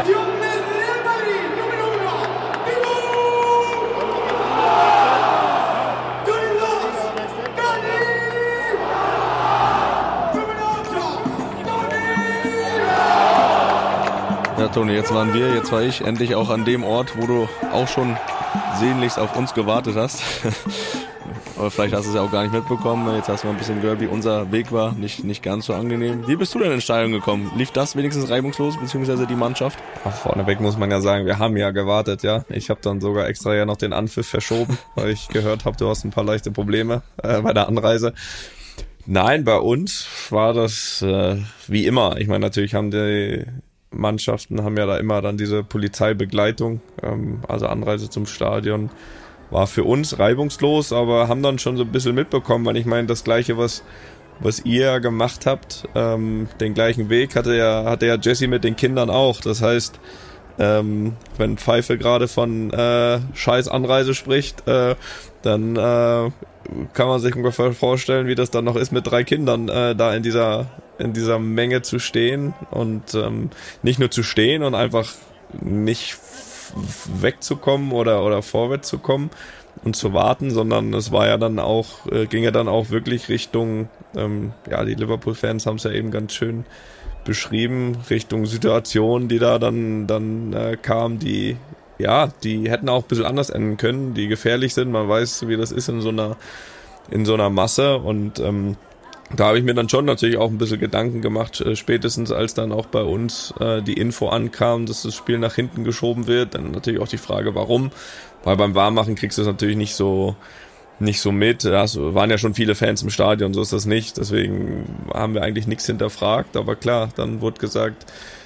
Ja, Toni, jetzt war ich endlich auch an dem Ort, wo du auch schon sehnlichst auf uns gewartet hast. Aber vielleicht hast du es ja auch gar nicht mitbekommen. Jetzt hast du mal ein bisschen gehört, wie unser Weg war. Nicht ganz so angenehm. Wie bist du denn ins Stadion gekommen? Lief das wenigstens reibungslos, beziehungsweise die Mannschaft? Ach, vorneweg muss man ja sagen, wir haben ja gewartet, ja. Ich habe dann sogar extra ja noch den Anpfiff verschoben, weil ich gehört habe, du hast ein paar leichte Probleme bei der Anreise. Nein, bei uns war das wie immer. Ich meine, natürlich haben die Mannschaften haben ja da immer dann diese Polizeibegleitung, also Anreise zum Stadion war für uns reibungslos, aber haben dann schon so ein bisschen mitbekommen, weil ich meine, das Gleiche, was ihr gemacht habt, den gleichen Weg hatte ja Jesse mit den Kindern auch. Das heißt, wenn Pfeife gerade von scheiß Anreise spricht, dann kann man sich ungefähr vorstellen, wie das dann noch ist, mit 3 Kindern da in dieser Menge zu stehen und nicht nur zu stehen und einfach nicht wegzukommen oder vorwärts zu kommen und zu warten, sondern es war ja dann auch, ging ja dann auch wirklich Richtung, die Liverpool-Fans haben es ja eben ganz schön beschrieben, Richtung Situationen, die da dann kamen, die hätten auch ein bisschen anders enden können, die gefährlich sind. Man weiß, wie das ist in so einer Masse und da habe ich mir dann schon natürlich auch ein bisschen Gedanken gemacht, spätestens als dann auch bei uns die Info ankam, dass das Spiel nach hinten geschoben wird. Dann natürlich auch die Frage, warum. Weil beim Warmmachen kriegst du es natürlich nicht so mit. Es waren ja schon viele Fans im Stadion, so ist das nicht. Deswegen haben wir eigentlich nichts hinterfragt. Aber klar, dann wurde gesagt,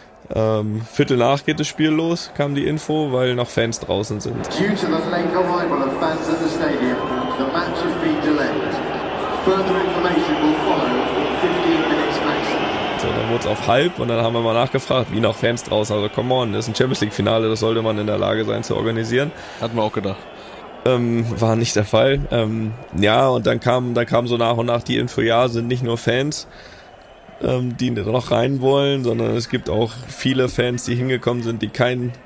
7:15 geht das Spiel los, kam die Info, weil noch Fans draußen sind. Due to the late arrival of fans at the stadium, the match has been delayed. Further information will follow in 15 minutes maximum. So, dann wurde es auf halb und dann haben wir mal nachgefragt, wie noch Fans draußen. Also come on, das ist ein Champions-League-Finale, das sollte man in der Lage sein zu organisieren. Hatten wir auch gedacht. War nicht der Fall. Und dann kam so nach und nach die Info, sind nicht nur Fans, die noch rein wollen, sondern es gibt auch viele Fans, die hingekommen sind, die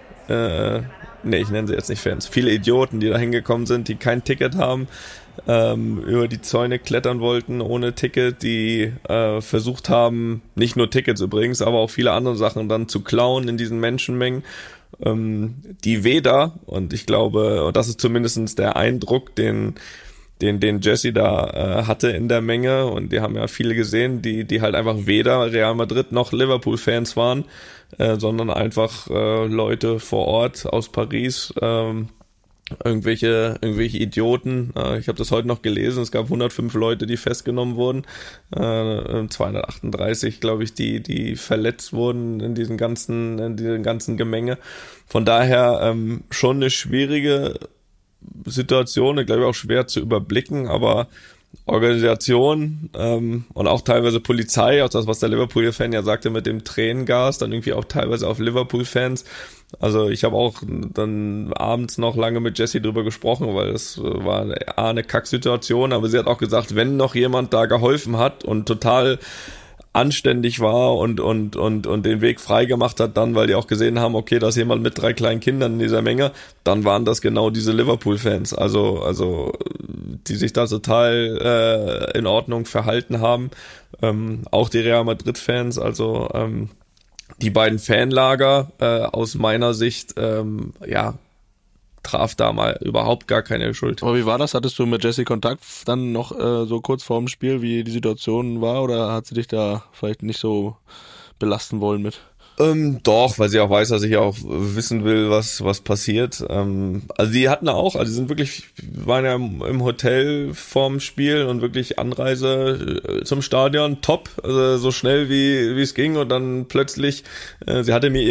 ich nenne sie jetzt nicht Fans, viele Idioten, die da hingekommen sind, die kein Ticket haben, über die Zäune klettern wollten ohne Ticket, die versucht haben, nicht nur Tickets übrigens, aber auch viele andere Sachen dann zu klauen in diesen Menschenmengen, die weder, und ich glaube, und das ist zumindest der Eindruck, den den Jesse da hatte in der Menge, und die haben ja viele gesehen, die halt einfach weder Real Madrid noch Liverpool-Fans waren, sondern einfach Leute vor Ort aus Paris, irgendwelche Idioten. Ich habe das heute noch gelesen, es gab 105 Leute, die festgenommen wurden, 238, glaube ich, die verletzt wurden in diesem ganzen Gemenge. Von daher schon eine schwierige Situation, glaube ich auch schwer zu überblicken, aber Organisation und auch teilweise Polizei, auch das, was der Liverpool-Fan ja sagte mit dem Tränengas, dann irgendwie auch teilweise auf Liverpool-Fans. Also ich habe auch dann abends noch lange mit Jessie drüber gesprochen, weil es war eine Kacksituation, aber sie hat auch gesagt, wenn noch jemand da geholfen hat und total anständig war und den Weg frei gemacht hat dann, weil die auch gesehen haben, okay, da ist jemand mit 3 kleinen Kindern in dieser Menge, dann waren das genau diese Liverpool-Fans, also die sich da total in Ordnung verhalten haben, auch die Real Madrid-Fans, also die beiden Fanlager aus meiner Sicht, traf da mal überhaupt gar keine Schuld. Aber wie war das? Hattest du mit Jessie Kontakt dann noch so kurz vorm Spiel, wie die Situation war, oder hat sie dich da vielleicht nicht so belasten wollen mit? Doch, weil sie auch weiß, dass ich auch wissen will, was passiert. Also die hatten auch, also die sind wirklich, waren ja im Hotel vorm Spiel und wirklich Anreise zum Stadion top, also so schnell wie es ging, und dann plötzlich, sie hatte mir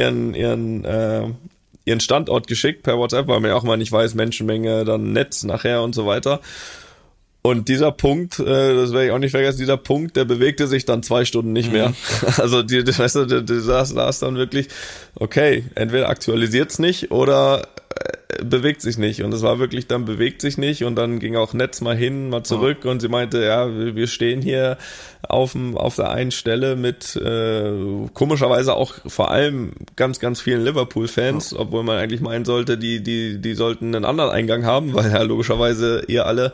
ihren Standort geschickt per WhatsApp, weil man ja auch mal nicht weiß, Menschenmenge, dann Netz nachher und so weiter. Und dieser Punkt, das werde ich auch nicht vergessen, dieser Punkt, der bewegte sich dann 2 Stunden nicht mehr. Also die saß dann wirklich, okay, entweder aktualisiert's nicht oder bewegt sich nicht. Und es war wirklich, dann bewegt sich nicht, und dann ging auch Netz mal hin, mal zurück, und sie meinte, ja, wir stehen hier auf der einen Stelle mit komischerweise auch vor allem ganz, ganz vielen Liverpool-Fans, obwohl man eigentlich meinen sollte, die sollten einen anderen Eingang haben, weil ja logischerweise ihr alle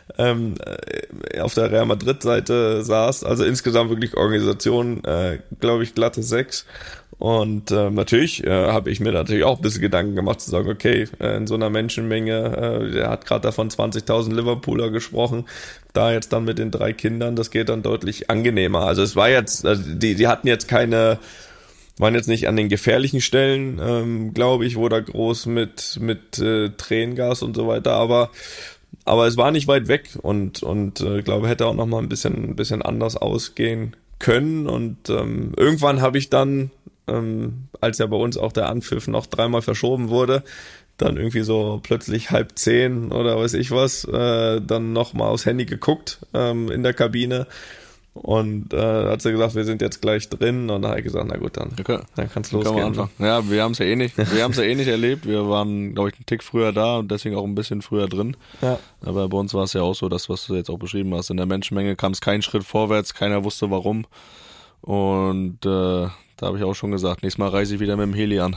auf der Real Madrid-Seite saß. Also insgesamt wirklich Organisation, glaube ich, glatte 6. Und natürlich habe ich mir natürlich auch ein bisschen Gedanken gemacht, zu sagen, okay, in so einer Menschenmenge, der hat gerade davon 20.000 Liverpooler gesprochen, da jetzt dann mit den 3 Kindern, das geht dann deutlich angenehmer. Also es war jetzt, die hatten jetzt waren jetzt nicht an den gefährlichen Stellen, glaube ich, wo da groß mit Tränengas und so weiter, aber es war nicht weit weg, und glaube, hätte auch noch mal ein bisschen anders ausgehen können. Und irgendwann habe ich dann, als ja bei uns auch der Anpfiff noch 3-mal verschoben wurde, dann irgendwie so plötzlich 9:30 oder weiß ich was, dann noch mal aufs Handy geguckt in der Kabine. Und hat sie gesagt, wir sind jetzt gleich drin, und dann habe ich gesagt, na gut, dann kann's losgehen. Ja, wir haben es ja eh nicht erlebt. Wir waren, glaube ich, einen Tick früher da und deswegen auch ein bisschen früher drin. Ja. Aber bei uns war es ja auch so, das, was du jetzt auch beschrieben hast. In der Menschenmenge kam es keinen Schritt vorwärts, keiner wusste warum. Und da habe ich auch schon gesagt, nächstes Mal reise ich wieder mit dem Heli an.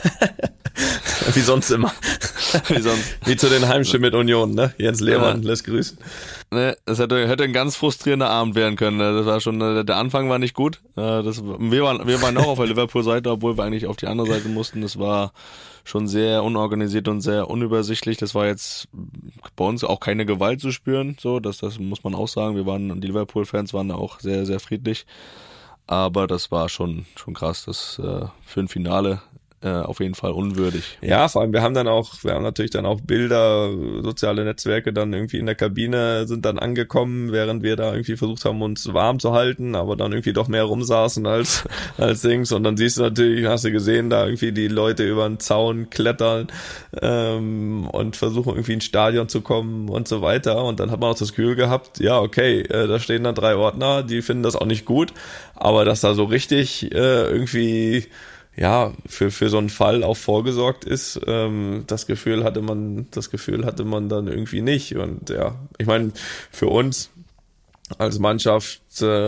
Wie sonst immer. Wie zu den Heimspielen mit Union, ne? Jens Lehmann lässt grüßen. Ne, es hätte ein ganz frustrierender Abend werden können. Das war schon, der Anfang war nicht gut. Wir waren auch auf der Liverpool-Seite, obwohl wir eigentlich auf die andere Seite mussten. Das war schon sehr unorganisiert und sehr unübersichtlich. Das war jetzt bei uns auch keine Gewalt zu spüren. So, das muss man auch sagen. Die Liverpool-Fans waren auch sehr, sehr friedlich. Aber das war schon krass. Das für ein Finale auf jeden Fall unwürdig. Ja, vor allem wir haben natürlich dann auch Bilder, soziale Netzwerke dann irgendwie in der Kabine sind dann angekommen, während wir da irgendwie versucht haben, uns warm zu halten, aber dann irgendwie doch mehr rumsaßen als Dings. Und dann siehst du natürlich, hast du gesehen, da irgendwie die Leute über den Zaun klettern und versuchen irgendwie ins Stadion zu kommen und so weiter. Und dann hat man auch das Gefühl gehabt, ja, okay, da stehen dann 3 Ordner, die finden das auch nicht gut, aber dass da so richtig irgendwie für so einen Fall auch vorgesorgt ist, das Gefühl hatte man dann irgendwie nicht. Und ja, ich meine, für uns als Mannschaft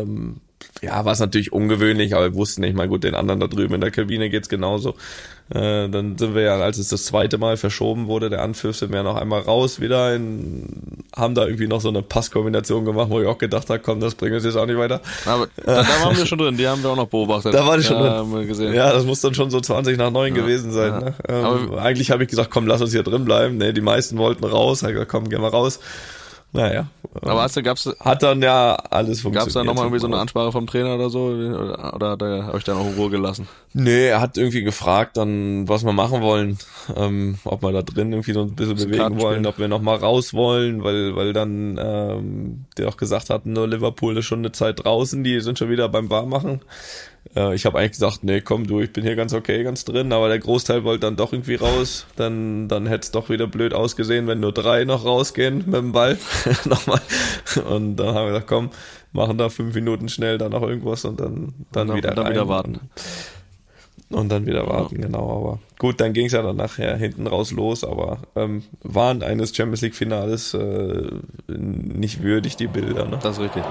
war es natürlich ungewöhnlich, aber wir wussten nicht mal, gut, den anderen da drüben in der Kabine geht's genauso. Dann sind wir ja, als es das 2. Mal verschoben wurde, der Anpfiff, sind wir noch einmal raus wieder, haben da irgendwie noch so eine Passkombination gemacht, wo ich auch gedacht habe, komm, das bringt uns jetzt auch nicht weiter. Aber da waren wir schon drin, die haben wir auch noch beobachtet. Da war die schon drin. Haben wir gesehen. Ja, das muss dann schon so 20:09 gewesen sein. Ja. Ne? Aber eigentlich habe ich gesagt, komm, lass uns hier drin bleiben. Ne, die meisten wollten raus, habe gesagt, komm, geh mal raus. Naja. Aber hat dann ja alles funktioniert. Gab es da nochmal irgendwie so eine Ansprache vom Trainer oder so? Oder hat er euch dann auch in Ruhe gelassen? Nee, er hat irgendwie gefragt dann, was wir machen wollen. Ob wir da drin irgendwie so ein bisschen bewegen wollen, ob wir nochmal raus wollen, weil dann die auch gesagt hatten, nur Liverpool ist schon eine Zeit draußen, die sind schon wieder beim Warmmachen. Ich habe eigentlich gesagt, nee, komm du, ich bin hier ganz okay, ganz drin, aber der Großteil wollte dann doch irgendwie raus. Dann hätte es doch wieder blöd ausgesehen, wenn nur 3 noch rausgehen mit dem Ball. Nochmal. Und dann haben wir gesagt, komm, machen da 5 Minuten schnell dann noch irgendwas und dann wieder rein. Wieder warten. Und dann wieder warten, genau. Aber gut, dann ging es ja dann nachher hinten raus los, aber waren eines Champions League Finales nicht würdig, die Bilder. Ne? Das ist richtig.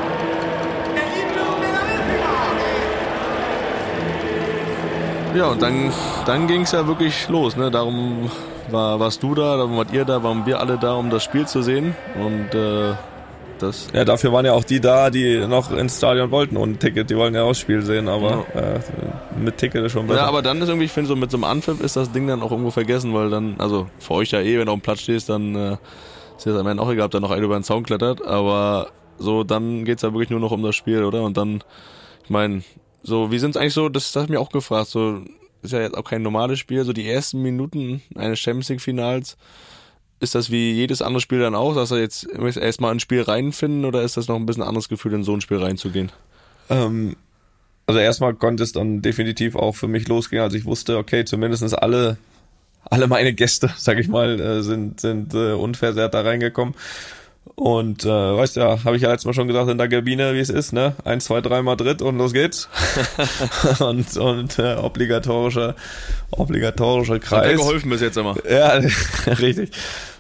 Ja, und dann ging es ja wirklich los. Ne? Darum warst du da, darum wart ihr da, waren wir alle da, um das Spiel zu sehen. Und das. Ja, dafür waren ja auch die da, die noch ins Stadion wollten ohne Ticket. Die wollten ja auch das Spiel sehen, aber mit Ticket ist schon besser. Ja, aber dann ist irgendwie, ich finde, so mit so einem Anpfiff ist das Ding dann auch irgendwo vergessen, weil dann, also für euch ja wenn du auf dem Platz stehst, dann ist es am Ende auch egal, ob da noch einer über den Zaun klettert. Aber so, dann geht's ja wirklich nur noch um das Spiel, oder? Und dann, ich meine, so, wie sind's eigentlich so, das habe ich mir auch gefragt, so, ist ja jetzt auch kein normales Spiel, so die ersten Minuten eines Champions League Finals, ist das wie jedes andere Spiel dann auch, dass er jetzt erstmal ein Spiel reinfinden oder ist das noch ein bisschen anderes Gefühl, in so ein Spiel reinzugehen? Also erstmal konnte es dann definitiv auch für mich losgehen, als ich wusste, okay, zumindest alle meine Gäste, sag ich mal, sind unversehrt da reingekommen. Und weißt ja, habe ich ja letztes Mal schon gesagt in der Kabine, wie es ist, ne? 1, 2, 3 Madrid und los geht's. und obligatorischer Kreis. Hat dir geholfen bis jetzt immer. Ja, richtig.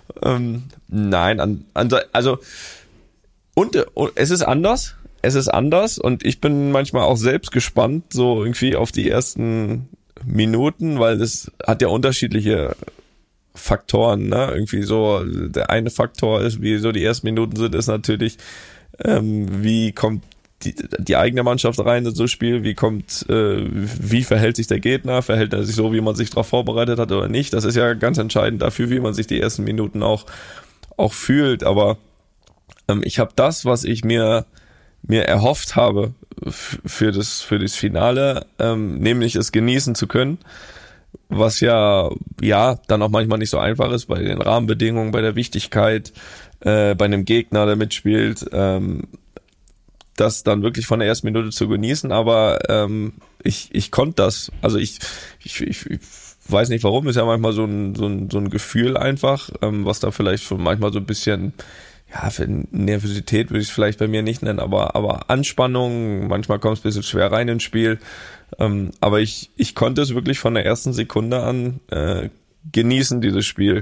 Nein, also und es ist anders. Es ist anders und ich bin manchmal auch selbst gespannt, so irgendwie auf die ersten Minuten, weil es hat ja unterschiedliche Faktoren, ne? Irgendwie so, der eine Faktor ist, wie so die ersten Minuten sind, ist natürlich, wie kommt die eigene Mannschaft rein in so ein Spiel, wie verhält sich der Gegner, verhält er sich so, wie man sich darauf vorbereitet hat oder nicht, das ist ja ganz entscheidend dafür, wie man sich die ersten Minuten auch fühlt, aber ich habe das, was ich mir erhofft habe für das Finale, nämlich es genießen zu können, was ja dann auch manchmal nicht so einfach ist bei den Rahmenbedingungen, bei der Wichtigkeit, bei einem Gegner, der mitspielt, das dann wirklich von der ersten Minute zu genießen, aber ich konnte das, also ich weiß nicht warum, ist ja manchmal so ein Gefühl einfach, was da vielleicht schon manchmal so ein bisschen, ja, für Nervosität würde ich es vielleicht bei mir nicht nennen, aber Anspannung, manchmal kommt es ein bisschen schwer rein ins Spiel, aber ich konnte es wirklich von der ersten Sekunde an genießen, dieses Spiel.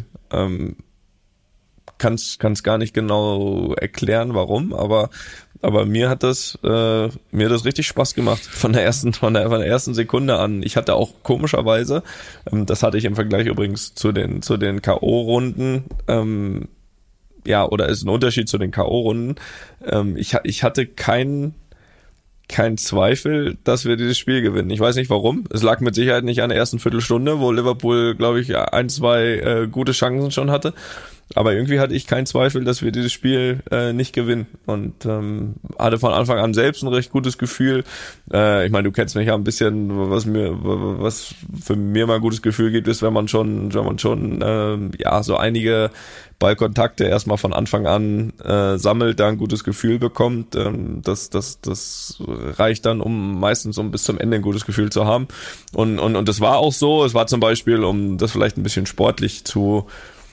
Kann's gar nicht genau erklären, warum, aber mir hat das richtig Spaß gemacht von der ersten Sekunde an. Ich hatte auch komischerweise, das hatte ich im Vergleich übrigens zu den K.O.-Runden, oder ist ein Unterschied zu den K.O.-Runden. Ich hatte keinen Zweifel, dass wir dieses Spiel gewinnen. Ich weiß nicht warum. Es lag mit Sicherheit nicht an der ersten Viertelstunde, wo Liverpool, glaube ich, 1, 2 gute Chancen schon hatte. Aber irgendwie hatte ich keinen Zweifel, dass wir dieses Spiel nicht gewinnen. Und hatte von Anfang an selbst ein recht gutes Gefühl. Ich meine, du kennst mich ja ein bisschen, was für mir mal ein gutes Gefühl gibt, ist, wenn man schon so einige Ballkontakte erstmal von Anfang an sammelt, da ein gutes Gefühl bekommt. Das reicht dann, um meistens bis zum Ende ein gutes Gefühl zu haben. Und das war auch so. Es war zum Beispiel, um das vielleicht ein bisschen sportlich zu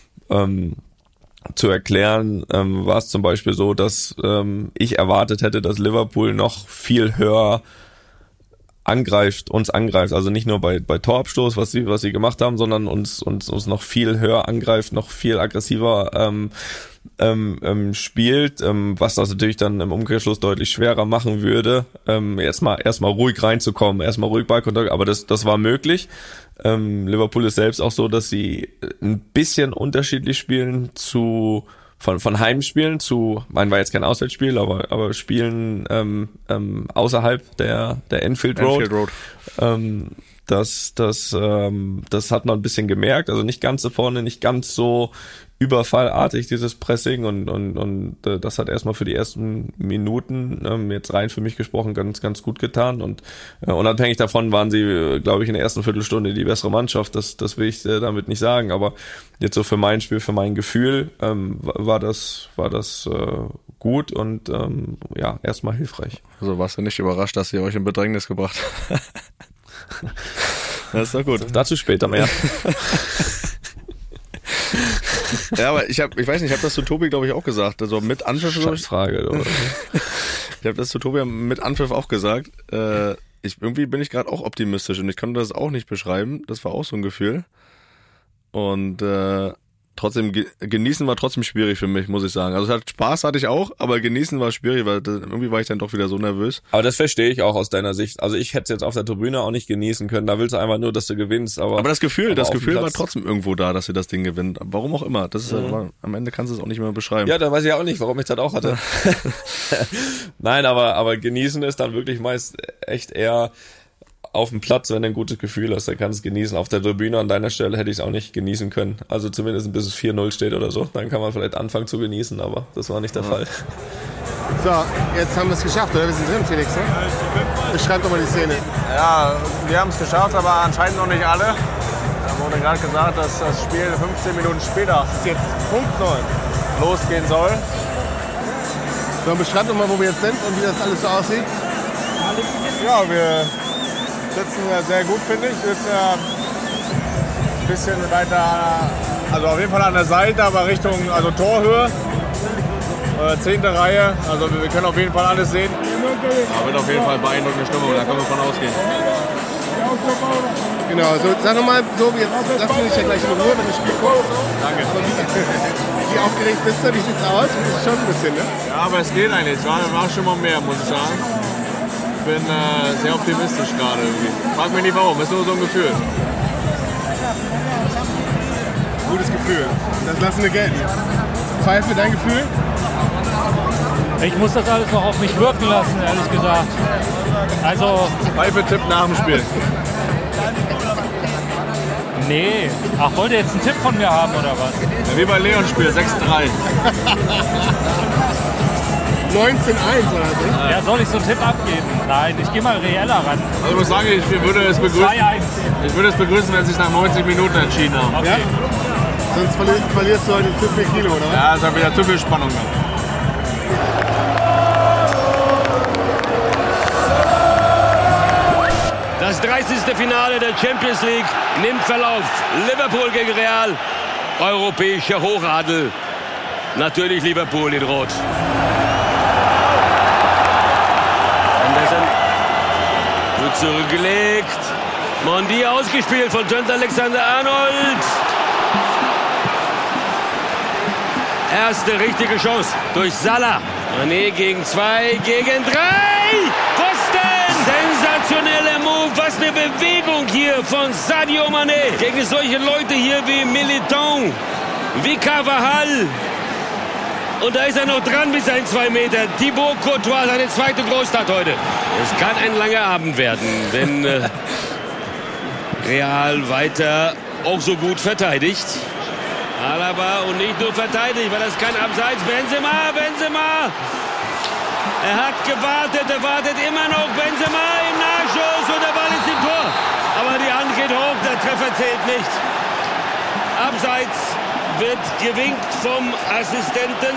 erklären, war es zum Beispiel so, dass ich erwartet hätte, dass Liverpool noch viel höher uns angreift, also nicht nur bei Torabstoß, was sie gemacht haben, sondern uns noch viel höher angreift, noch viel aggressiver spielt, was das natürlich dann im Umkehrschluss deutlich schwerer machen würde, erstmal ruhig reinzukommen, erstmal ruhig Ballkontakt, aber das war möglich. Liverpool ist selbst auch so, dass sie ein bisschen unterschiedlich spielen von Heimspielen war jetzt kein Auswärtsspiel, aber Spielen außerhalb der Anfield Road. Das hat man ein bisschen gemerkt. Also nicht ganz so vorne, nicht ganz so überfallartig, dieses Pressing und das hat erstmal für die ersten Minuten jetzt rein für mich gesprochen ganz gut getan und unabhängig davon waren sie, glaube ich, in der ersten Viertelstunde die bessere Mannschaft, das will ich damit nicht sagen, aber jetzt so für mein Spiel, für mein Gefühl war das gut und erstmal hilfreich. Also warst du nicht überrascht, dass ihr euch in Bedrängnis gebracht habt? Das ist doch gut. Dazu später mehr. Ja, aber ich habe das zu Tobi, glaube ich, auch gesagt. Also mit Anpfiff. Frage. Ich habe das zu Tobi mit Anpfiff auch gesagt. Irgendwie bin ich gerade auch optimistisch und ich konnte das auch nicht beschreiben. Das war auch so ein Gefühl. Und trotzdem, genießen war trotzdem schwierig für mich, muss ich sagen. Also Spaß hatte ich auch, aber genießen war schwierig, weil irgendwie war ich dann doch wieder so nervös. Aber das verstehe ich auch aus deiner Sicht. Also ich hätte es jetzt auf der Tribüne auch nicht genießen können. Da willst du einfach nur, dass du gewinnst. Aber das Gefühl war trotzdem irgendwo da, dass ihr das Ding gewinnt. Warum auch immer. Das ist am Ende kannst du es auch nicht mehr beschreiben. Ja, da weiß ich auch nicht, warum ich das auch hatte. Nein, aber genießen ist dann wirklich meist echt eher auf dem Platz, wenn du ein gutes Gefühl hast, dann kannst du es genießen. Auf der Tribüne an deiner Stelle hätte ich es auch nicht genießen können. Also zumindest bis es 4-0 steht oder so. Dann kann man vielleicht anfangen zu genießen, aber das war nicht der Fall. So, jetzt haben wir es geschafft, oder? Wir sind drin, Felix, ne? Beschreib doch mal die Szene. Ja, wir haben es geschafft, aber anscheinend noch nicht alle. Da wurde gerade gesagt, dass das Spiel 15 Minuten später, Das ist jetzt Punkt 9. losgehen soll. So, beschreib doch mal, wo wir jetzt sind und wie das alles so aussieht. Ja, wir sitzen ja sehr gut, finde ich. Wir sitzen ja ein bisschen weiter, also auf jeden Fall an der Seite, aber Richtung Torhöhe. 10. Reihe, also wir können auf jeden Fall alles sehen. Aber wird auf jeden Fall beeindruckende Stimmung, da können wir von ausgehen. Genau, so, sag nochmal, so, jetzt lassen wir dich ja gleich in Ruhe, wenn du das Spiel guckst. Danke. Wie aufgeregt bist du? Wie sieht's aus? Das ist schon ein bisschen, ne? Ja, aber es geht eigentlich. Es war schon mal mehr, muss ich sagen. Ich bin sehr optimistisch gerade irgendwie. Frag mich nicht warum, ist nur so ein Gefühl. Gutes Gefühl. Das lassen wir gelten. Pfeife, dein Gefühl? Ich muss das alles noch auf mich wirken lassen, ehrlich gesagt. Also. Pfeife-Tipp nach dem Spiel. Nee. Ach, wollt ihr jetzt einen Tipp von mir haben oder was? Ja, wie bei Leon-Spiel, 6-3. 19-1 oder so? Ja, soll ich so einen Tipp abgeben? Nein, ich gehe mal reeller ran. Also ich muss sagen, ich würde es begrüßen. 2-1. Ich würde es begrüßen, wenn sie sich nach 90 Minuten entschieden haben. Okay. Ja? Sonst verlierst du heute zu viel Kilo, oder was? Ja, es ist wieder zu viel Spannung da. Das 30. Finale der Champions League nimmt Verlauf. Liverpool gegen Real. Europäischer Hochadel. Natürlich Liverpool in Rot. Anderson wird zurückgelegt. Mondi ausgespielt von Trent Alexander-Arnold. Erste richtige Chance durch Salah. Mané gegen 2, gegen 3. Pfosten! Sensationeller Move. Was eine Bewegung hier von Sadio Mané. Gegen solche Leute hier wie Militão, wie Carvajal. Und da ist er noch dran mit seinen 2 Metern. Thibaut Courtois, seine zweite Großtat heute. Es kann ein langer Abend werden, wenn Real weiter auch so gut verteidigt. Alaba und nicht nur verteidigt, weil das kein Abseits. Benzema. Er hat gewartet, er wartet immer noch. Benzema im Nachschuss und der Ball ist im Tor. Aber die Hand geht hoch, der Treffer zählt nicht. Abseits wird gewinkt vom Assistenten.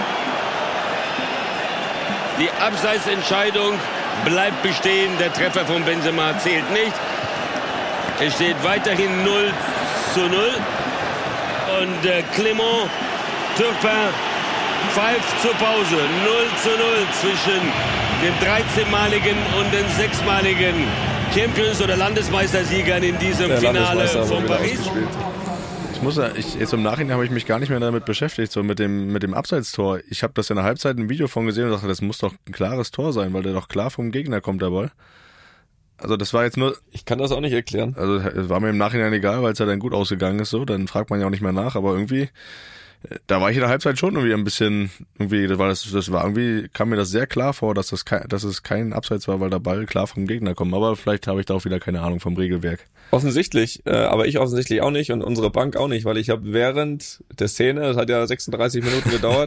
Die Abseitsentscheidung bleibt bestehen. Der Treffer von Benzema zählt nicht. Es steht weiterhin 0-0. Und Clément Turpin pfeift zur Pause. 0-0 zwischen dem 13-maligen und den 6-maligen Champions- oder Landesmeistersiegern in diesem Finale von Paris. Jetzt im Nachhinein habe ich mich gar nicht mehr damit beschäftigt, so mit dem Abseitstor. Ich habe das in der Halbzeit ein Video von gesehen und dachte, das muss doch ein klares Tor sein, weil der doch klar vom Gegner kommt, der Ball. Also das war jetzt nur... Ich kann das auch nicht erklären. Also es war mir im Nachhinein egal, weil es ja dann gut ausgegangen ist, so. Dann fragt man ja auch nicht mehr nach, aber irgendwie da war ich in der Halbzeit schon irgendwie ein bisschen, kam mir das sehr klar vor, dass es kein Abseits war, weil der Ball klar vom Gegner kommt. Aber vielleicht habe ich da auch wieder keine Ahnung vom Regelwerk. Offensichtlich, aber ich offensichtlich auch nicht und unsere Bank auch nicht, weil ich habe während der Szene, das hat ja 36 Minuten gedauert,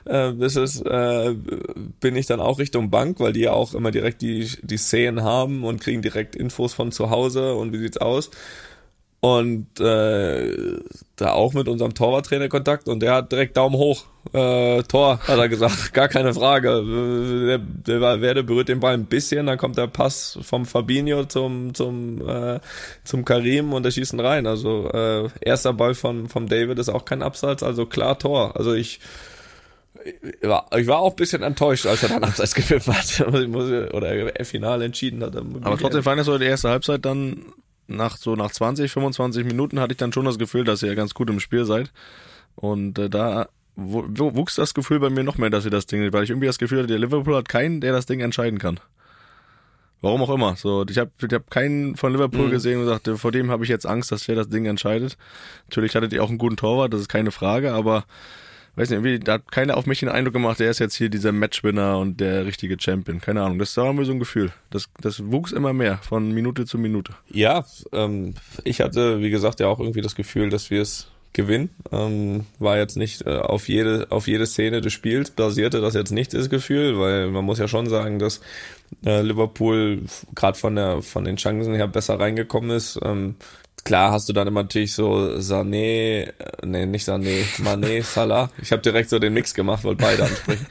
bin ich dann auch Richtung Bank, weil die ja auch immer direkt die Szenen haben und kriegen direkt Infos von zu Hause und wie sieht's aus. Und da auch mit unserem Torwarttrainer Kontakt und der hat direkt Daumen hoch. Tor, hat er gesagt, gar keine Frage. Der Werde berührt den Ball ein bisschen, dann kommt der Pass vom Fabinho zum Karim und der schießt ihn rein. Also erster Ball vom David ist auch kein Abseits, also klar Tor. Also ich war auch ein bisschen enttäuscht, als er dann Abseits gepfiffen hat oder final entschieden hat. Aber trotzdem fand ich so die erste Halbzeit dann nach 20, 25 Minuten hatte ich dann schon das Gefühl, dass ihr ganz gut im Spiel seid. Und da wuchs das Gefühl bei mir noch mehr, dass ihr das Ding, weil ich irgendwie das Gefühl hatte, der Liverpool hat keinen, der das Ding entscheiden kann. Warum auch immer. So, ich hab keinen von Liverpool gesehen und gesagt, vor dem habe ich jetzt Angst, dass der das Ding entscheidet. Natürlich hattet ihr auch einen guten Torwart, das ist keine Frage, aber weiß nicht, irgendwie, da hat keiner auf mich den Eindruck gemacht, der ist jetzt hier dieser Matchwinner und der richtige Champion. Keine Ahnung, das war mir so ein Gefühl. Das wuchs immer mehr, von Minute zu Minute. Ja, ich hatte, wie gesagt, ja auch irgendwie das Gefühl, dass wir es gewinnen. War jetzt nicht auf jede Szene des Spiels basierte das jetzt nicht, das Gefühl, weil man muss ja schon sagen, dass Liverpool gerade von den Chancen her besser reingekommen ist. Klar hast du dann immer natürlich so Mané, Salah. Ich habe direkt so den Mix gemacht, wollte beide ansprechen.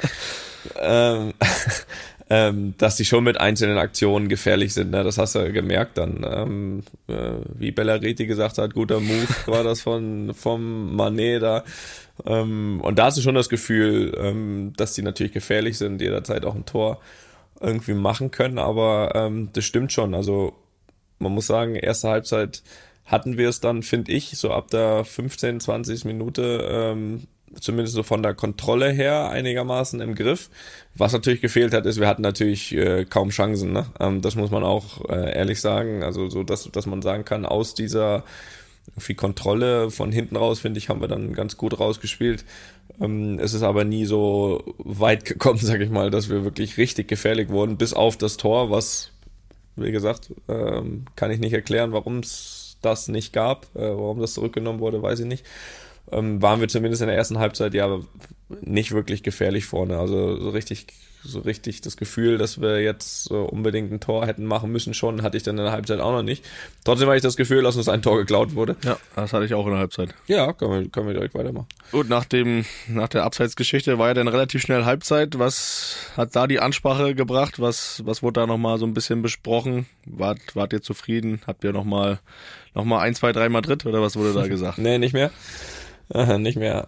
Dass die schon mit einzelnen Aktionen gefährlich sind, ne? Das hast du gemerkt dann. Wie Bellariti gesagt hat, guter Move war das vom Mané da. Und da hast du schon das Gefühl, dass die natürlich gefährlich sind, jederzeit auch ein Tor irgendwie machen können, aber das stimmt schon. Also man muss sagen, erste Halbzeit hatten wir es dann, finde ich, so ab der 15, 20 Minute zumindest so von der Kontrolle her einigermaßen im Griff. Was natürlich gefehlt hat, ist, wir hatten natürlich kaum Chancen. Ne? Das muss man auch ehrlich sagen. Also so, dass man sagen kann, aus dieser irgendwie Kontrolle von hinten raus, finde ich, haben wir dann ganz gut rausgespielt. Es ist aber nie so weit gekommen, sage ich mal, dass wir wirklich richtig gefährlich wurden, bis auf das Tor, was, wie gesagt, kann ich nicht erklären, warum es das nicht gab, warum das zurückgenommen wurde, weiß ich nicht. Waren wir zumindest in der ersten Halbzeit ja nicht wirklich gefährlich vorne. Also so richtig das Gefühl, dass wir jetzt unbedingt ein Tor hätten machen müssen schon, hatte ich dann in der Halbzeit auch noch nicht. Trotzdem hatte ich das Gefühl, dass uns ein Tor geklaut wurde. Ja, das hatte ich auch in der Halbzeit. Ja, können wir direkt weitermachen. Gut, nach der Abseitsgeschichte war ja dann relativ schnell Halbzeit. Was hat da die Ansprache gebracht? Was wurde da nochmal so ein bisschen besprochen? Wart ihr zufrieden? Habt ihr nochmal 1, 2, 3 Madrid oder was wurde da gesagt? Nee, nicht mehr. Nicht mehr.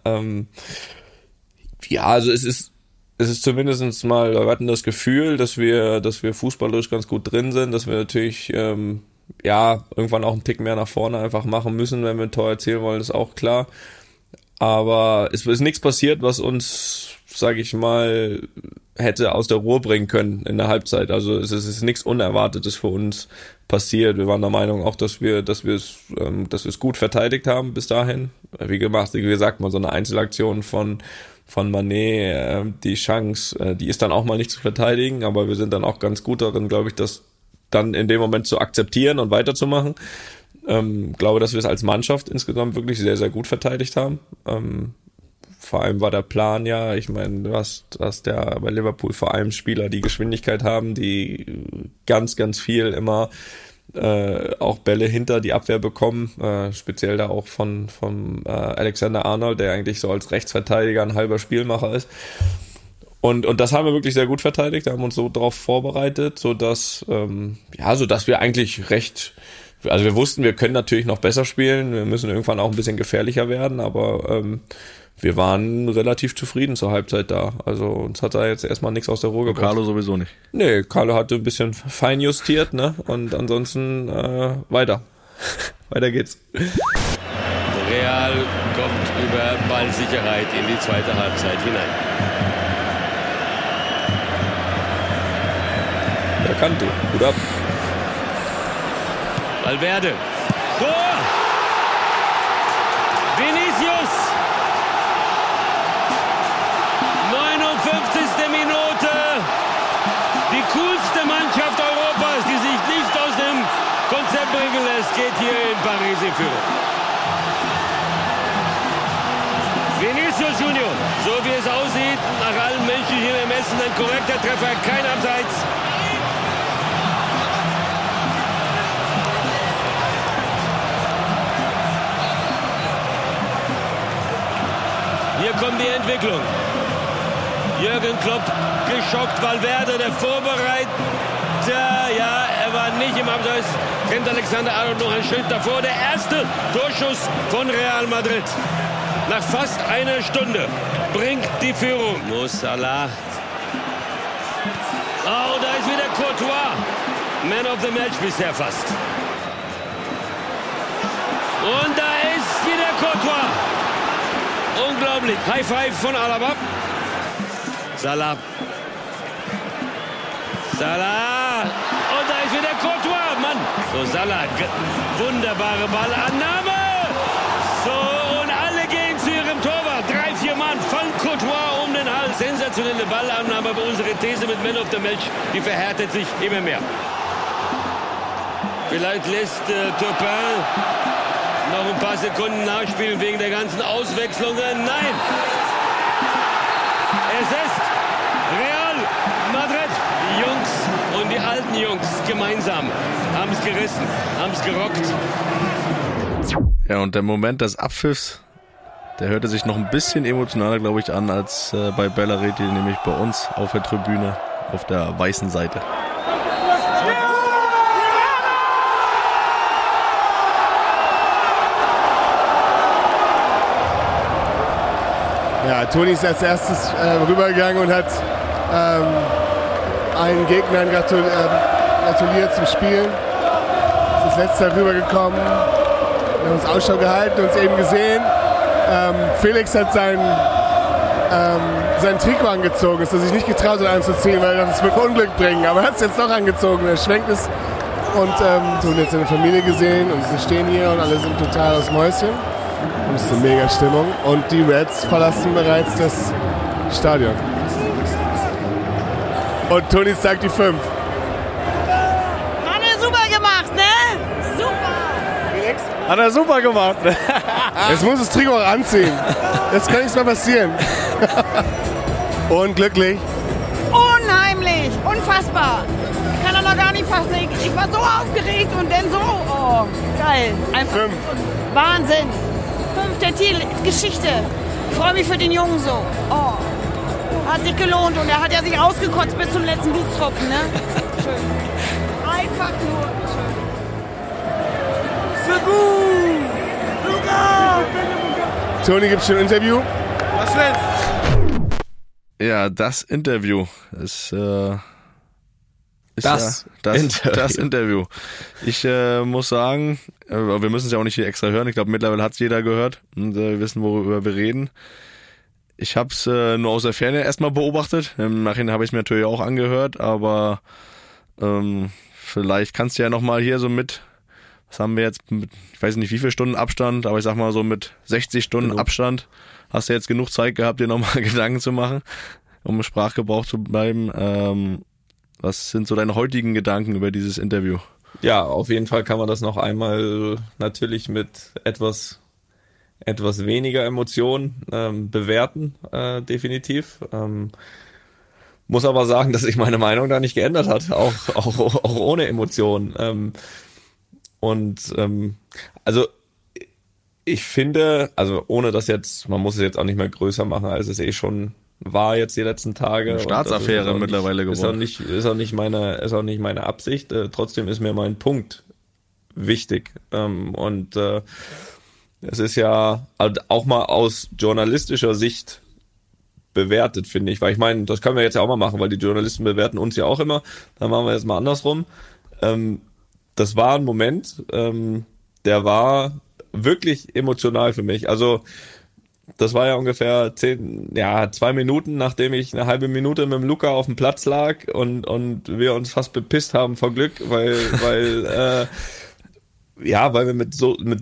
Ja, also es ist zumindest mal, wir hatten das Gefühl, dass wir fußballerisch ganz gut drin sind, dass wir natürlich irgendwann auch einen Tick mehr nach vorne einfach machen müssen, wenn wir ein Tor erzielen wollen, ist auch klar. Aber es ist nichts passiert, was uns, sage ich mal, hätte aus der Ruhe bringen können in der Halbzeit. Also es ist nichts Unerwartetes für uns passiert. Wir waren der Meinung auch, dass wir es gut verteidigt haben bis dahin. Wie gesagt, mal so eine Einzelaktion von Mané, die Chance, die ist dann auch mal nicht zu verteidigen, aber wir sind dann auch ganz gut darin, glaube ich, das dann in dem Moment zu akzeptieren und weiterzumachen. Glaube, dass wir es als Mannschaft insgesamt wirklich sehr, sehr gut verteidigt haben. Vor allem war der Plan ja, ich meine, du hast ja bei Liverpool vor allem Spieler, die Geschwindigkeit haben, die ganz, ganz viel immer auch Bälle hinter die Abwehr bekommen, speziell da auch von Alexander-Arnold, der eigentlich so als Rechtsverteidiger ein halber Spielmacher ist. Und das haben wir wirklich sehr gut verteidigt, haben uns so darauf vorbereitet, sodass wir eigentlich also wir wussten, wir können natürlich noch besser spielen, wir müssen irgendwann auch ein bisschen gefährlicher werden, aber wir waren relativ zufrieden zur Halbzeit da. Also uns hat da jetzt erstmal nichts aus der Ruhe gebracht. Carlo sowieso nicht. Nee, Carlo hatte ein bisschen fein justiert, ne? Und ansonsten weiter. Weiter geht's. Real kommt über Ballsicherheit in die zweite Halbzeit hinein. Der Kante, gut ab. Valverde. Tor! Vinicius! Minute. Die coolste Mannschaft Europas, die sich nicht aus dem Konzept bringen lässt, geht hier in Paris in Führung. Vinicius Junior, so wie es aussieht, nach allen menschlichen Ermessen ein korrekter Treffer, kein Abseits. Hier kommt die Entwicklung. Jürgen Klopp geschockt, Valverde, der Vorbereiter. Ja, er war nicht im Abseits. Trent Alexander-Arnold noch ein Schritt davor. Der erste Torschuss von Real Madrid. Nach fast einer Stunde bringt die Führung. Mo Salah. Oh, da ist wieder Courtois. Man of the Match bisher fast. Und da ist wieder Courtois. Unglaublich. High Five von Alaba. Salah. Salah. Und da ist wieder Courtois. Mann. So, Salah. Wunderbare Ballannahme. So, und alle gehen zu ihrem Torwart. 3-4 Mann von Courtois um den Hals. Sensationelle Ballannahme. Aber unsere These mit Man of the Match, die verhärtet sich immer mehr. Vielleicht lässt Turpin noch ein paar Sekunden nachspielen wegen der ganzen Auswechslungen. Nein! Es ist Real Madrid. Die Jungs und die alten Jungs gemeinsam haben es gerissen, haben es gerockt. Ja, und der Moment des Abpfiffs, der hörte sich noch ein bisschen emotionaler, glaube ich, an als bei Bellariti, nämlich bei uns auf der Tribüne auf der weißen Seite. Ja, Toni ist als erstes rübergegangen und hat allen Gegnern gratuliert zum Spielen. Ist als letzter rübergekommen, wir haben uns Ausschau gehalten, uns eben gesehen. Felix hat sein Trikot angezogen, ist er sich nicht getraut hat anzuziehen, weil das wird Unglück bringen. Aber er hat es jetzt doch angezogen, er schwenkt es und Toni hat seine Familie gesehen und sie stehen hier und alle sind total aus Mäuschen. Und es ist eine mega Stimmung. Und die Reds verlassen bereits das Stadion. Und Toni zeigt die 5. Hat er super gemacht, ne? Super! Hat er super gemacht. Jetzt muss das Trikot auch anziehen. Jetzt kann nichts mehr passieren. Und glücklich. Unheimlich! Unfassbar! Ich kann er noch gar nicht fassen. Ich war so aufgeregt und dann so. Oh, geil. Einfach 5. Wahnsinn! 5 der Titel, Geschichte. Ich freue mich für den Jungen so. Oh, hat sich gelohnt und er hat ja sich ausgekotzt bis zum letzten Blutstropfen, ne? Schön. Einfach nur schön. So gut! Luca! Toni, gibt's schon ein Interview? Was denn? Ja, das Interview ist Das Interview. Ich muss sagen, wir müssen es ja auch nicht hier extra hören. Ich glaube, mittlerweile hat es jeder gehört und wir wissen, worüber wir reden. Ich habe es nur aus der Ferne erstmal beobachtet. Im Nachhinein habe ich es mir natürlich auch angehört, aber vielleicht kannst du ja nochmal hier so mit, was haben wir jetzt, mit, ich weiß nicht wie viele Stunden Abstand, aber ich sag mal so mit 60 Stunden Abstand hast du jetzt genug Zeit gehabt, dir nochmal Gedanken zu machen, um im Sprachgebrauch zu bleiben. Was sind so deine heutigen Gedanken über dieses Interview? Ja, auf jeden Fall kann man das noch einmal natürlich mit etwas weniger Emotionen bewerten, definitiv. Muss aber sagen, dass sich meine Meinung da nicht geändert hat, auch ohne Emotionen. Also ich finde, also ohne das jetzt, man muss es jetzt auch nicht mehr größer machen, als es schon war jetzt die letzten Tage. Eine Staatsaffäre mittlerweile geworden. Ist auch nicht meine Absicht. Trotzdem ist mir mein Punkt wichtig. Es ist ja auch mal aus journalistischer Sicht bewertet, finde ich. Weil ich meine, das können wir jetzt ja auch mal machen, weil die Journalisten bewerten uns ja auch immer. Dann machen wir jetzt mal andersrum. Das war ein Moment, der war wirklich emotional für mich. Also das war ja ungefähr 2 Minuten, nachdem ich eine halbe Minute mit dem Luca auf dem Platz lag und wir uns fast bepisst haben vor Glück, weil wir mit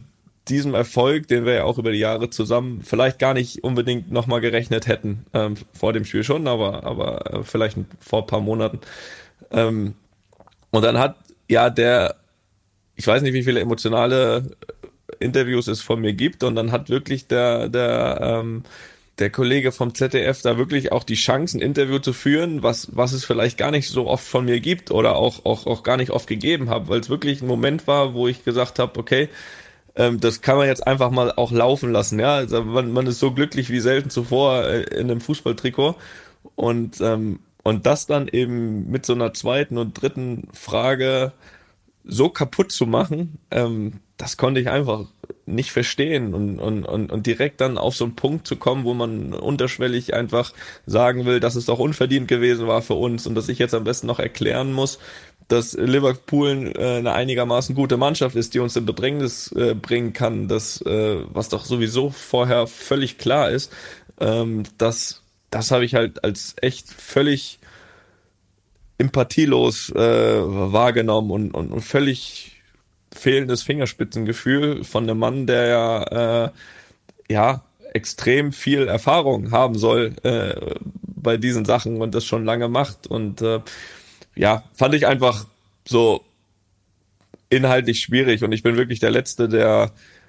diesem Erfolg, den wir ja auch über die Jahre zusammen vielleicht gar nicht unbedingt nochmal gerechnet hätten. Vor dem Spiel schon, aber vielleicht vor ein paar Monaten. Und dann hat ich weiß nicht, wie viele emotionale Interviews es von mir gibt, und dann hat wirklich der Kollege vom ZDF da wirklich auch die Chance, ein Interview zu führen, was es vielleicht gar nicht so oft von mir gibt oder auch gar nicht oft gegeben habe, weil es wirklich ein Moment war, wo ich gesagt habe, okay, das kann man jetzt einfach mal auch laufen lassen, ja. Also man ist so glücklich wie selten zuvor in einem Fußballtrikot, und das dann eben mit so einer zweiten und dritten Frage so kaputt zu machen, das konnte ich einfach nicht verstehen, und direkt dann auf so einen Punkt zu kommen, wo man unterschwellig einfach sagen will, dass es doch unverdient gewesen war für uns und dass ich jetzt am besten noch erklären muss, dass Liverpool eine einigermaßen gute Mannschaft ist, die uns in Bedrängnis bringen kann, was doch sowieso vorher völlig klar ist, das habe ich halt als echt völlig empathielos wahrgenommen und völlig fehlendes Fingerspitzengefühl von einem Mann, der extrem viel Erfahrung haben soll bei diesen Sachen und das schon lange macht, und fand ich einfach so inhaltlich schwierig, und ich bin wirklich der Letzte, der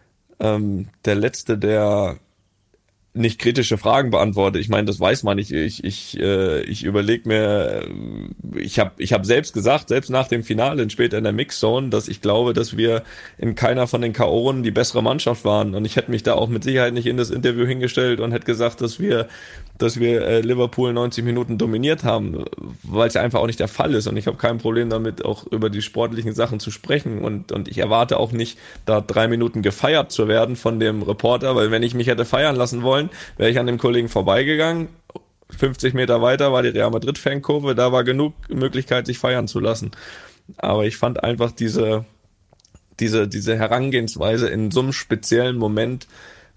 nicht kritische Fragen beantwortet. Ich meine, das weiß man nicht. Ich überlege mir, ich hab selbst gesagt, selbst nach dem Finale später in der Mixzone, dass ich glaube, dass wir in keiner von den K.O.-Runden die bessere Mannschaft waren, und ich hätte mich da auch mit Sicherheit nicht in das Interview hingestellt und hätte gesagt, dass wir Liverpool 90 Minuten dominiert haben, weil es ja einfach auch nicht der Fall ist, und ich habe kein Problem damit, auch über die sportlichen Sachen zu sprechen, und ich erwarte auch nicht, da 3 Minuten gefeiert zu werden von dem Reporter, weil wenn ich mich hätte feiern lassen wollen, wäre ich an dem Kollegen vorbeigegangen. 50 Meter weiter war die Real Madrid Fankurve, da war genug Möglichkeit, sich feiern zu lassen. Aber ich fand einfach diese Herangehensweise in so einem speziellen Moment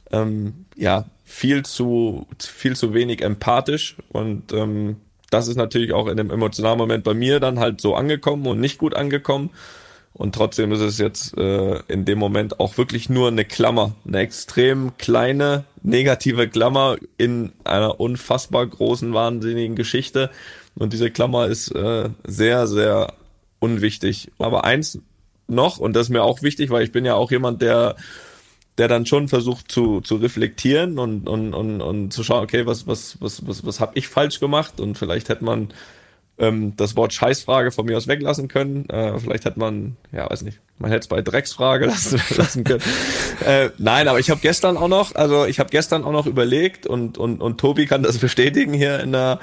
viel zu wenig empathisch, und das ist natürlich auch in dem emotionalen Moment bei mir dann halt so angekommen und nicht gut angekommen. Und trotzdem ist es jetzt in dem Moment auch wirklich nur eine Klammer, eine extrem kleine, negative Klammer in einer unfassbar großen, wahnsinnigen Geschichte. Und diese Klammer ist sehr, sehr unwichtig. Aber eins noch, und das ist mir auch wichtig, weil ich bin ja auch jemand, der dann schon versucht zu reflektieren und zu schauen, okay, was habe ich falsch gemacht, und vielleicht hätte man das Wort Scheißfrage von mir aus weglassen können. Vielleicht hätte man, man hätte es bei Drecksfrage lassen können. Nein, aber ich habe gestern auch noch überlegt, und Tobi kann das bestätigen hier in der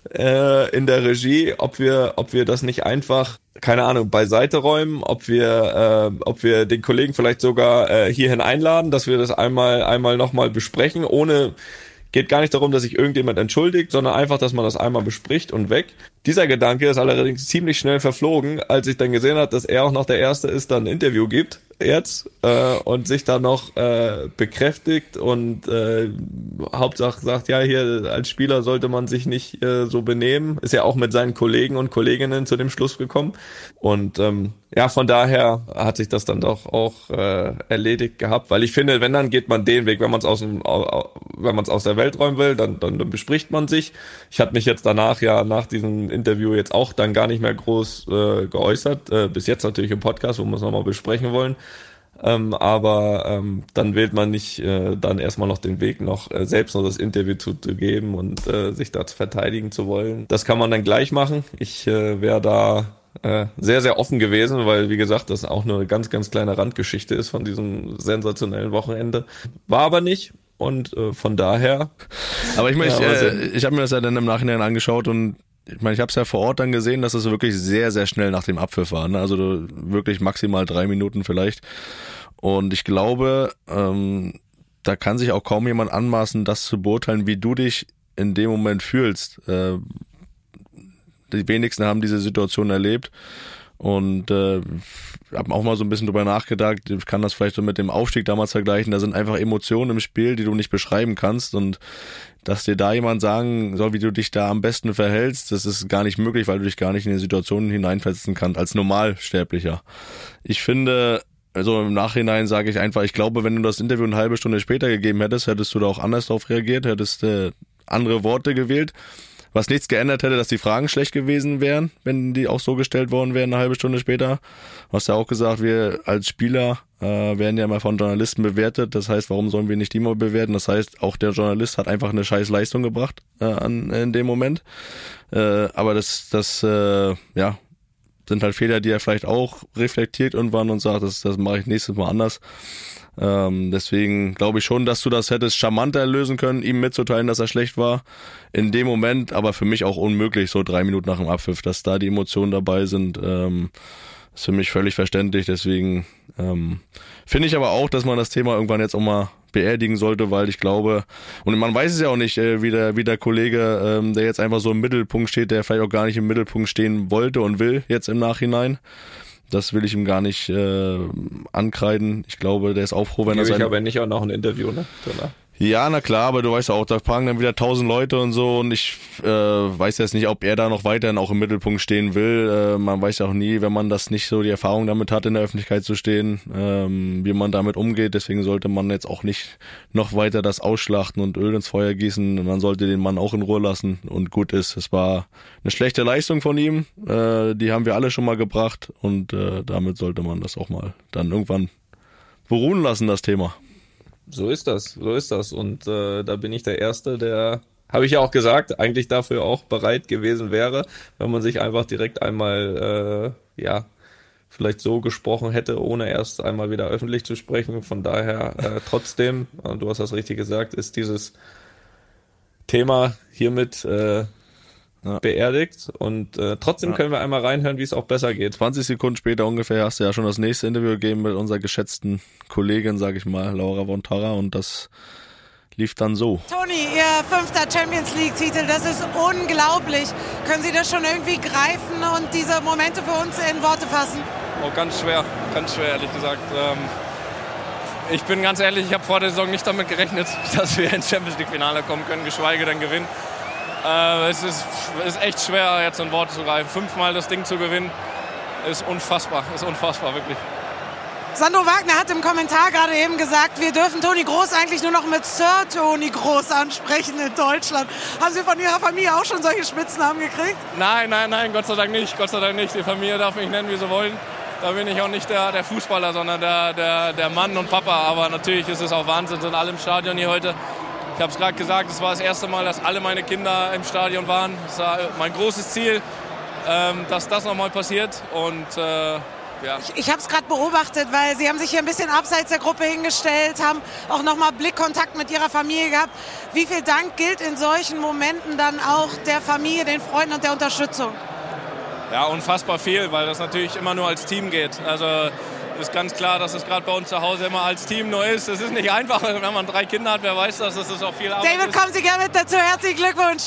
Regie, ob wir das nicht einfach, keine Ahnung, beiseite räumen, ob wir den Kollegen vielleicht sogar hierhin einladen, dass wir das einmal nochmal besprechen, geht gar nicht darum, dass sich irgendjemand entschuldigt, sondern einfach, dass man das einmal bespricht und weg. Dieser Gedanke ist allerdings ziemlich schnell verflogen, als ich dann gesehen habe, dass er auch noch der Erste ist, der ein Interview gibt jetzt und sich dann noch bekräftigt und Hauptsache sagt, ja, hier als Spieler sollte man sich nicht so benehmen. Ist ja auch mit seinen Kollegen und Kolleginnen zu dem Schluss gekommen. Und von daher hat sich das dann doch auch erledigt gehabt, weil ich finde, wenn, dann geht man den Weg, wenn man es aus der Welt räumen will, dann bespricht man sich. Ich hatte mich jetzt danach nach diesem Interview jetzt auch dann gar nicht mehr groß geäußert, bis jetzt natürlich im Podcast, wo wir es nochmal besprechen wollen. Aber dann wählt man nicht dann erstmal noch den Weg, noch selbst noch das Interview zu geben und sich da verteidigen zu wollen. Das kann man dann gleich machen. Ich wäre da sehr, sehr offen gewesen, weil, wie gesagt, das auch nur eine ganz, ganz kleine Randgeschichte ist von diesem sensationellen Wochenende. War aber nicht, und von daher... Aber ich habe mir das ja dann im Nachhinein angeschaut, und ich meine, ich habe es ja vor Ort dann gesehen, dass es wirklich sehr, sehr schnell nach dem Abpfiff war, ne? Also wirklich maximal 3 Minuten vielleicht. Und ich glaube, da kann sich auch kaum jemand anmaßen, das zu beurteilen, wie du dich in dem Moment fühlst. Die wenigsten haben diese Situation erlebt, und habe auch mal so ein bisschen drüber nachgedacht. Ich kann das vielleicht so mit dem Aufstieg damals vergleichen. Da sind einfach Emotionen im Spiel, die du nicht beschreiben kannst, und dass dir da jemand sagen soll, wie du dich da am besten verhältst, das ist gar nicht möglich, weil du dich gar nicht in die Situationen hineinversetzen kannst als Normalsterblicher. Ich finde, Also im Nachhinein sage ich einfach, ich glaube, wenn du das Interview eine halbe Stunde später gegeben hättest, hättest du da auch anders drauf reagiert, hättest andere Worte gewählt. Was nichts geändert hätte, dass die Fragen schlecht gewesen wären, wenn die auch so gestellt worden wären eine halbe Stunde später. Du hast ja auch gesagt, wir als Spieler werden ja mal von Journalisten bewertet. Das heißt, warum sollen wir nicht die mal bewerten? Das heißt, auch der Journalist hat einfach eine scheiß Leistung gebracht in dem Moment. Aber das sind halt Fehler, die er vielleicht auch reflektiert irgendwann und sagt, das mache ich nächstes Mal anders. Deswegen glaube ich schon, dass du das hättest charmanter lösen können, ihm mitzuteilen, dass er schlecht war. In dem Moment, aber für mich auch unmöglich, so 3 Minuten nach dem Abpfiff, dass da die Emotionen dabei sind, ist für mich völlig verständlich. Deswegen finde ich aber auch, dass man das Thema irgendwann jetzt auch mal beerdigen sollte, weil ich glaube, und man weiß es ja auch nicht, wie der Kollege, der jetzt einfach so im Mittelpunkt steht, der vielleicht auch gar nicht im Mittelpunkt stehen wollte und will jetzt im Nachhinein. Das will ich ihm gar nicht ankreiden. Ich glaube, der ist auch froh, wenn er ich aber nicht auch noch ein Interview, ne? Danach. Ja, na klar, aber du weißt ja auch, da fragen dann wieder 1000 Leute und so und ich weiß jetzt nicht, ob er da noch weiterhin auch im Mittelpunkt stehen will. Man weiß ja auch nie, wenn man das nicht so die Erfahrung damit hat, in der Öffentlichkeit zu stehen, wie man damit umgeht. Deswegen sollte man jetzt auch nicht noch weiter das ausschlachten und Öl ins Feuer gießen. Man sollte den Mann auch in Ruhe lassen und gut ist. Es war eine schlechte Leistung von ihm, die haben wir alle schon mal gebracht und damit sollte man das auch mal dann irgendwann beruhen lassen, das Thema. So ist das. Und da bin ich der Erste, der, habe ich ja auch gesagt, eigentlich dafür auch bereit gewesen wäre, wenn man sich einfach direkt einmal, vielleicht so gesprochen hätte, ohne erst einmal wieder öffentlich zu sprechen. Von daher trotzdem, du hast das richtig gesagt, ist dieses Thema hiermit beerdigt und trotzdem können wir einmal reinhören, wie es auch besser geht. 20 Sekunden später ungefähr hast du ja schon das nächste Interview gegeben mit unserer geschätzten Kollegin, sage ich mal, Laura von Tarra und das lief dann so. Toni, Ihr 5. Champions League-Titel, das ist unglaublich. Können Sie das schon irgendwie greifen und diese Momente für uns in Worte fassen? Oh, ganz schwer, ehrlich gesagt. Ich bin ganz ehrlich, ich habe vor der Saison nicht damit gerechnet, dass wir ins Champions League-Finale kommen können, geschweige denn gewinnen. Es ist echt schwer, jetzt in Worte zu greifen. 5-mal das Ding zu gewinnen, ist unfassbar, wirklich. Sandro Wagner hat im Kommentar gerade eben gesagt, wir dürfen Toni Kroos eigentlich nur noch mit Sir Toni Kroos ansprechen in Deutschland. Haben Sie von Ihrer Familie auch schon solche Spitznamen gekriegt? Nein, Gott sei Dank nicht. Die Familie darf mich nennen, wie sie wollen. Da bin ich auch nicht der Fußballer, sondern der Mann und Papa. Aber natürlich ist es auch Wahnsinn, sind alle im Stadion hier heute. Ich habe es gerade gesagt, es war das erste Mal, dass alle meine Kinder im Stadion waren. Das war mein großes Ziel, dass das nochmal passiert. Und Ich habe es gerade beobachtet, weil Sie haben sich hier ein bisschen abseits der Gruppe hingestellt, haben auch nochmal Blickkontakt mit Ihrer Familie gehabt. Wie viel Dank gilt in solchen Momenten dann auch der Familie, den Freunden und der Unterstützung? Ja, unfassbar viel, weil das natürlich immer nur als Team geht. Also ist ganz klar, dass es gerade bei uns zu Hause immer als Team nur ist. Es ist nicht einfach, wenn man 3 Kinder hat, wer weiß das, ist auch viel Arbeit. David, kommen Sie gerne mit dazu. Herzlichen Glückwunsch.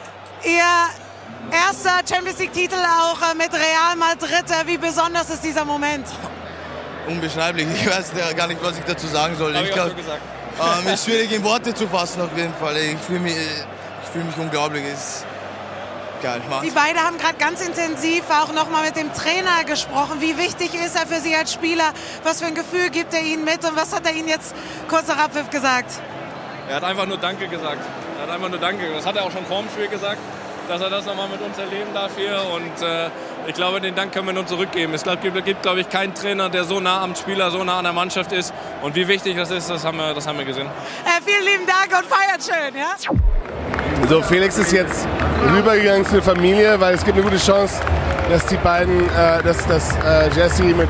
Ihr erster Champions League-Titel auch mit Real Madrid. Wie besonders ist dieser Moment? Unbeschreiblich. Ich weiß gar nicht, was ich dazu sagen soll. Ich glaube, es ist schwierig in Worte zu fassen auf jeden Fall. Ich fühle mich unglaublich. Ist geil. Sie beide haben gerade ganz intensiv auch nochmal mit dem Trainer gesprochen. Wie wichtig ist er für Sie als Spieler? Was für ein Gefühl gibt er Ihnen mit? Und was hat er Ihnen jetzt kurz nach Abpfiff gesagt? Er hat einfach nur Danke gesagt. Das hat er auch schon vor dem Spiel gesagt, dass er das nochmal mit uns erleben darf hier. Und ich glaube, den Dank können wir nur zurückgeben. Es gibt, glaube ich, keinen Trainer, der so nah am Spieler, so nah an der Mannschaft ist. Und wie wichtig das ist, das haben wir gesehen. Vielen lieben Dank und feiert schön. Ja? So, Felix ist jetzt rübergegangen zur Familie, weil es gibt eine gute Chance, dass die beiden, dass Jesse mit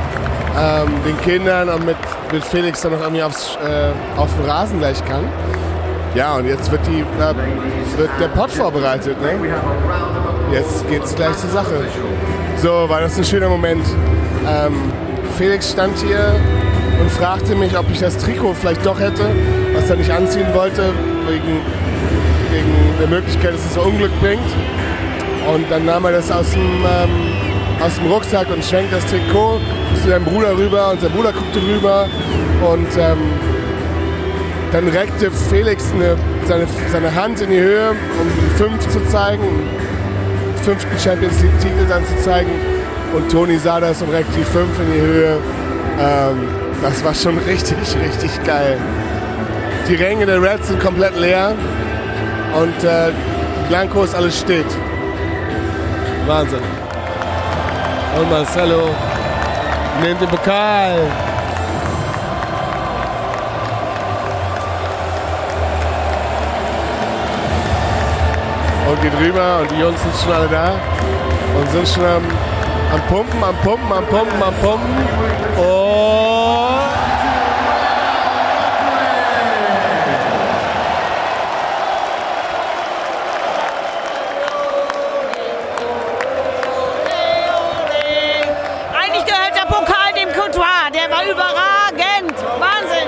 den Kindern und mit Felix dann noch irgendwie auf den Rasen gleich kann. Ja, und jetzt wird der Pott vorbereitet. Ne? Jetzt geht's gleich zur Sache. So, war das ein schöner Moment. Felix stand hier und fragte mich, ob ich das Trikot vielleicht doch hätte, was er nicht anziehen wollte, wegen der Möglichkeit, dass es Unglück bringt. Und dann nahm er das aus dem Rucksack und schwenkte das Trikot zu seinem Bruder rüber und sein Bruder guckte rüber und dann reckte Felix seine Hand in die Höhe, um die 5 zu zeigen, den 5. Champions League-Titel dann zu zeigen. und Toni sah das und reckt die 5 in die Höhe. Das war schon richtig, richtig geil. Die Ränge der Reds sind komplett leer und Blanco ist alles steht. Wahnsinn. Und Marcelo nimmt den Pokal. Und geht rüber und die Jungs sind schon alle da und sind schon am Pumpen. Eigentlich gehört der Pokal dem Courtois, der war überragend. Wahnsinn.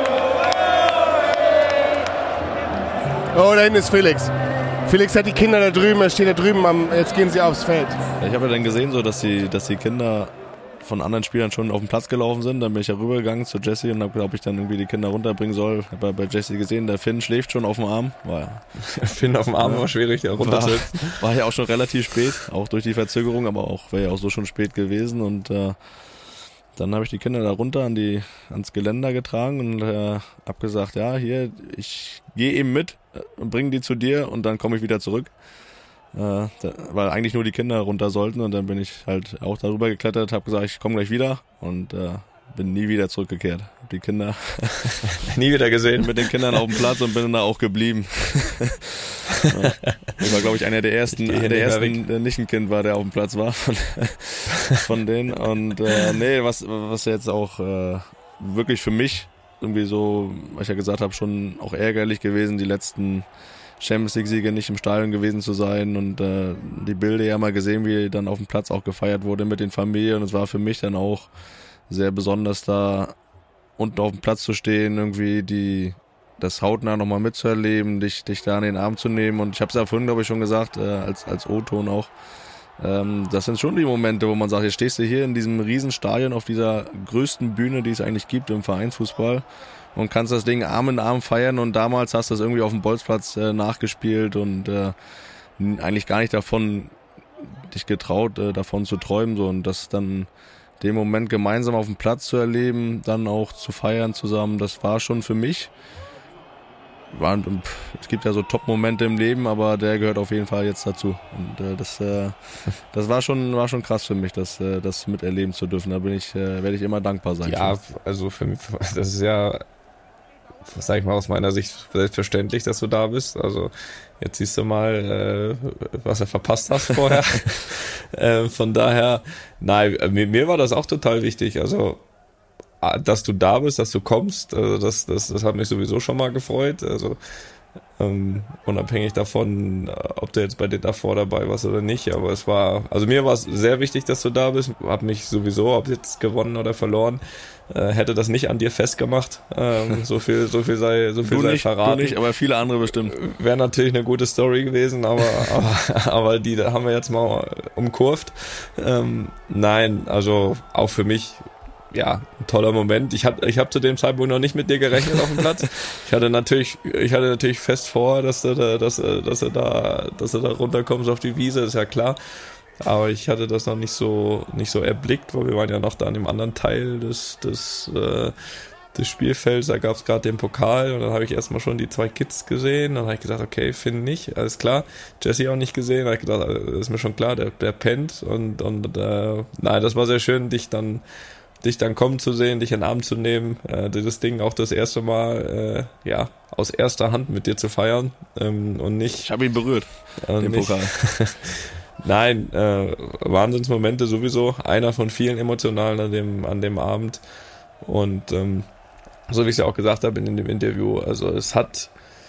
Oh, da hinten ist Felix. Felix hat die Kinder da drüben, er steht da drüben, jetzt gehen sie aufs Feld. Ja, ich habe ja dann gesehen, so, dass die Kinder von anderen Spielern schon auf den Platz gelaufen sind. Dann bin ich ja rübergegangen zu Jesse und habe gesagt, ob ich dann irgendwie die Kinder runterbringen soll. Ich habe bei Jesse gesehen, der Finn schläft schon auf dem Arm. Finn auf dem Arm war schwierig, da runterzusetzen. War ja auch schon relativ spät, auch durch die Verzögerung, aber auch wäre ja auch so schon spät gewesen. Und dann habe ich die Kinder da runter ans Geländer getragen und habe gesagt, ja, hier, ich gehe eben mit und bringe die zu dir und dann komme ich wieder zurück. Weil eigentlich nur die Kinder runter sollten und dann bin ich halt auch darüber geklettert, habe gesagt, ich komme gleich wieder und bin nie wieder zurückgekehrt. Hab die Kinder nie wieder gesehen. Mit den Kindern auf dem Platz und bin da auch geblieben. Ja. Ich war, glaube ich, einer der ersten, der nicht ein Kind war, der auf dem Platz war von denen. Und was jetzt auch wirklich für mich irgendwie so, was ich ja gesagt habe, schon auch ärgerlich gewesen, die letzten Champions League-Siege nicht im Stadion gewesen zu sein und die Bilder ja mal gesehen, wie dann auf dem Platz auch gefeiert wurde mit den Familien. Und es war für mich dann auch sehr besonders, da unten auf dem Platz zu stehen, irgendwie das hautnah nochmal mitzuerleben, dich da an den Arm zu nehmen. Und ich habe es ja vorhin, glaube ich, schon gesagt, als O-Ton auch, das sind schon die Momente, wo man sagt, jetzt stehst du hier in diesem Riesenstadion auf dieser größten Bühne, die es eigentlich gibt im Vereinsfußball und kannst das Ding Arm in Arm feiern und damals hast du es irgendwie auf dem Bolzplatz nachgespielt und eigentlich gar nicht davon dich getraut, davon zu träumen so, und das dann den Moment gemeinsam auf dem Platz zu erleben, dann auch zu feiern zusammen, das war schon für mich, es gibt ja so Top-Momente im Leben, aber der gehört auf jeden Fall jetzt dazu und das war schon krass für mich, das miterleben zu dürfen, da werde ich immer dankbar sein. Ja, also für mich, das ist ja, sag ich mal, aus meiner Sicht selbstverständlich, dass du da bist. Also jetzt siehst du mal, was du verpasst hast vorher. Von daher, nein, mir war das auch total wichtig. Also, dass du da bist, dass du kommst, also das hat mich sowieso schon mal gefreut. Also unabhängig davon, ob du jetzt bei dir davor dabei warst oder nicht, aber mir war es sehr wichtig, dass du da bist, hab mich sowieso, ob jetzt gewonnen oder verloren, hätte das nicht an dir festgemacht, so viel sei verraten. Du nicht, aber viele andere bestimmt. Wäre natürlich eine gute Story gewesen, aber die haben wir jetzt mal umkurvt. Nein, also auch für mich, ja, ein toller Moment. Ich hab zu dem Zeitpunkt noch nicht mit dir gerechnet auf dem Platz. Ich hatte natürlich fest vor, dass du da runterkommst auf die Wiese, ist ja klar. Aber ich hatte das noch nicht so erblickt, weil wir waren ja noch da an dem anderen Teil des Spielfelds. Da gab es gerade den Pokal und dann habe ich erstmal schon die 2 Kids gesehen. Dann habe ich gesagt, okay, Finn nicht, alles klar. Jesse auch nicht gesehen. Da habe ich gedacht, das ist mir schon klar, der pennt. Und nein, das war sehr schön, dich dann kommen zu sehen, dich in den Arm zu nehmen, dieses Ding auch das erste Mal aus erster Hand mit dir zu feiern und nicht... Ich habe ihn berührt, den Pokal. Nein, Wahnsinnsmomente sowieso, einer von vielen emotionalen an dem Abend und so wie ich es ja auch gesagt habe in dem Interview, also es hat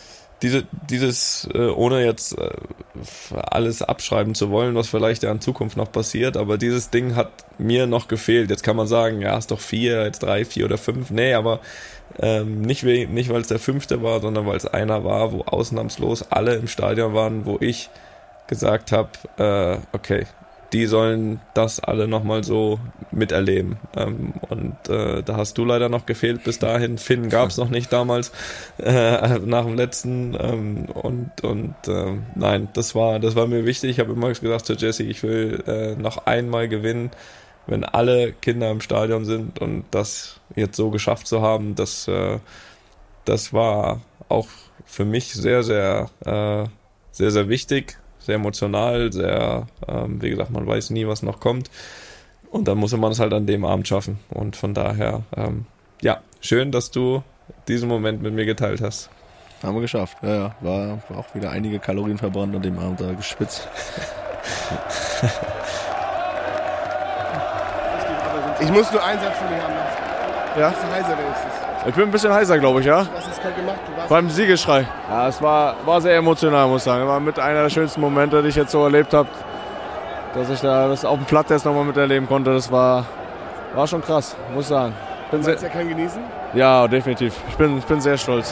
dieses ohne jetzt alles abschreiben zu wollen, was vielleicht ja in Zukunft noch passiert, aber dieses Ding hat mir noch gefehlt. Jetzt kann man sagen, ja, ist doch 4, jetzt 3, 4 oder 5. Nee, aber nicht weil es der 5. war, sondern weil es einer war, wo ausnahmslos alle im Stadion waren, wo ich gesagt habe, okay, die sollen das alle nochmal so miterleben. Und da hast du leider noch gefehlt bis dahin. Finn gab es noch nicht damals, nach dem letzten. Nein, das war mir wichtig. Ich habe immer gesagt zu Jesse, ich will noch einmal gewinnen wenn alle Kinder im Stadion sind und das jetzt so geschafft zu haben, das war auch für mich sehr, sehr, sehr, sehr wichtig, sehr emotional, sehr, wie gesagt, man weiß nie, was noch kommt. Und dann muss man es halt an dem Abend schaffen. Und von daher, ja, schön, dass du diesen Moment mit mir geteilt hast. Haben wir geschafft. Ja. War auch wieder einige Kalorien verbrannt an dem Abend, da gespitzt. Ich muss nur einen Satz von dir haben. Ja? Bist du heiser wenigstens? Ich bin ein bisschen heiser, glaube ich, ja. Was hast du gerade gemacht? Beim Siegesschrei. Ja, es war sehr emotional, muss ich sagen. War mit einer der schönsten Momente, die ich jetzt so erlebt habe. Dass ich das auf dem Platz jetzt nochmal miterleben konnte, das war schon krass, muss ich sagen. Du meinst, er kann genießen? Ja, definitiv. Ich bin sehr stolz.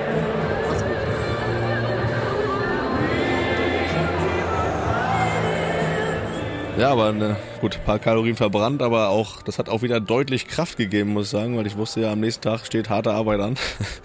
Ja, aber gut, ein paar Kalorien verbrannt, aber auch das hat auch wieder deutlich Kraft gegeben, muss ich sagen, weil ich wusste ja, am nächsten Tag steht harte Arbeit an.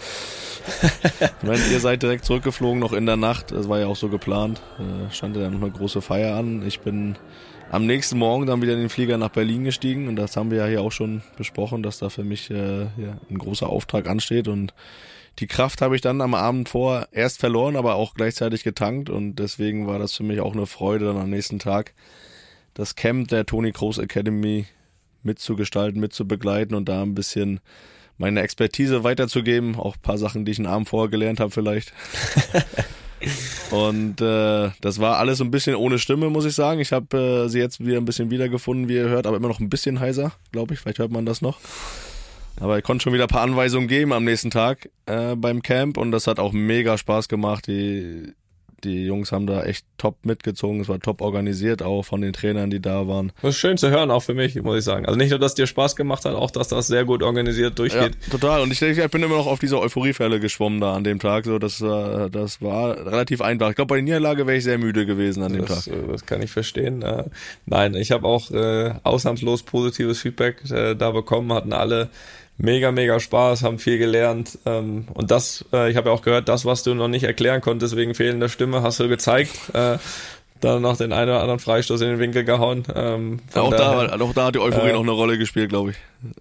Ihr seid direkt zurückgeflogen, noch in der Nacht, das war ja auch so geplant, stand ja noch eine große Feier an. Ich bin am nächsten Morgen dann wieder in den Flieger nach Berlin gestiegen und das haben wir ja hier auch schon besprochen, dass da für mich ein großer Auftrag ansteht und die Kraft habe ich dann am Abend erst verloren, aber auch gleichzeitig getankt und deswegen war das für mich auch eine Freude, dann am nächsten Tag das Camp der Toni Kroos Academy mitzugestalten, mitzubegleiten und da ein bisschen meine Expertise weiterzugeben, auch ein paar Sachen, die ich einen Abend vorher gelernt habe vielleicht. Und das war alles so ein bisschen ohne Stimme, muss ich sagen. Ich habe sie jetzt wieder ein bisschen wiedergefunden, wie ihr hört, aber immer noch ein bisschen heiser, glaube ich. Vielleicht hört man das noch. Aber ich konnte schon wieder ein paar Anweisungen geben am nächsten Tag beim Camp und das hat auch mega Spaß gemacht. Die Jungs haben da echt top mitgezogen, es war top organisiert, auch von den Trainern, die da waren. Das ist schön zu hören, auch für mich, muss ich sagen. Also nicht nur, dass dir Spaß gemacht hat, auch, dass das sehr gut organisiert durchgeht. Ja, total. Und ich denke, ich bin immer noch auf dieser Euphoriefälle geschwommen da an dem Tag. So, das war relativ einfach. Ich glaube, bei der Niederlage wäre ich sehr müde gewesen an dem Tag. Das kann ich verstehen. Nein, ich habe auch ausnahmslos positives Feedback da bekommen, hatten alle mega, mega Spaß, haben viel gelernt und das, ich habe ja auch gehört, das, was du noch nicht erklären konntest wegen fehlender Stimme, hast du gezeigt. Dann noch den einen oder anderen Freistoß in den Winkel gehauen. Auch da hat die Euphorie noch eine Rolle gespielt, glaube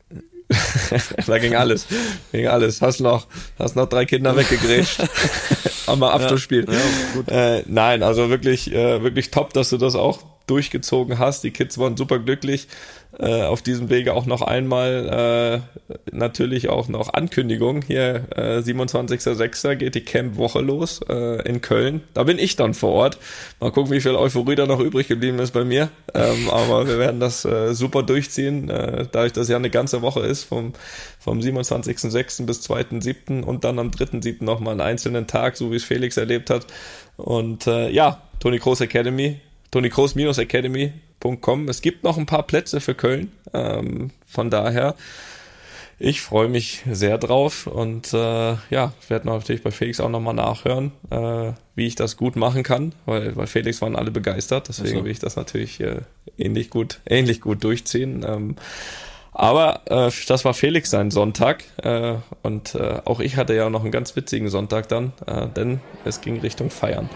ich. Da ging alles. Hast noch 3 Kinder weggegrätscht. Am Abschlussspiel. Ja, gut. Nein, also wirklich top, dass du das auch durchgezogen hast. Die Kids waren super glücklich. Auf diesem Wege auch noch einmal natürlich auch noch Ankündigung. Hier 27.06. geht die Camp-Woche los in Köln. Da bin ich dann vor Ort. Mal gucken, wie viel Euphorie da noch übrig geblieben ist bei mir. Aber wir werden das super durchziehen, dadurch, dass es ja eine ganze Woche ist, vom 27.06. bis 2.07. und dann am 3.07. nochmal einen einzelnen Tag, so wie es Felix erlebt hat. Und Toni Kroos Academy, ToniKroos-Academy.com. Es gibt noch ein paar Plätze für Köln. Von daher, ich freue mich sehr drauf und ich werde natürlich bei Felix auch nochmal nachhören, wie ich das gut machen kann, weil Felix waren alle begeistert, deswegen will ich das natürlich ähnlich gut durchziehen. Aber das war Felix sein Sonntag und auch ich hatte ja noch einen ganz witzigen Sonntag dann, denn es ging Richtung Feiern.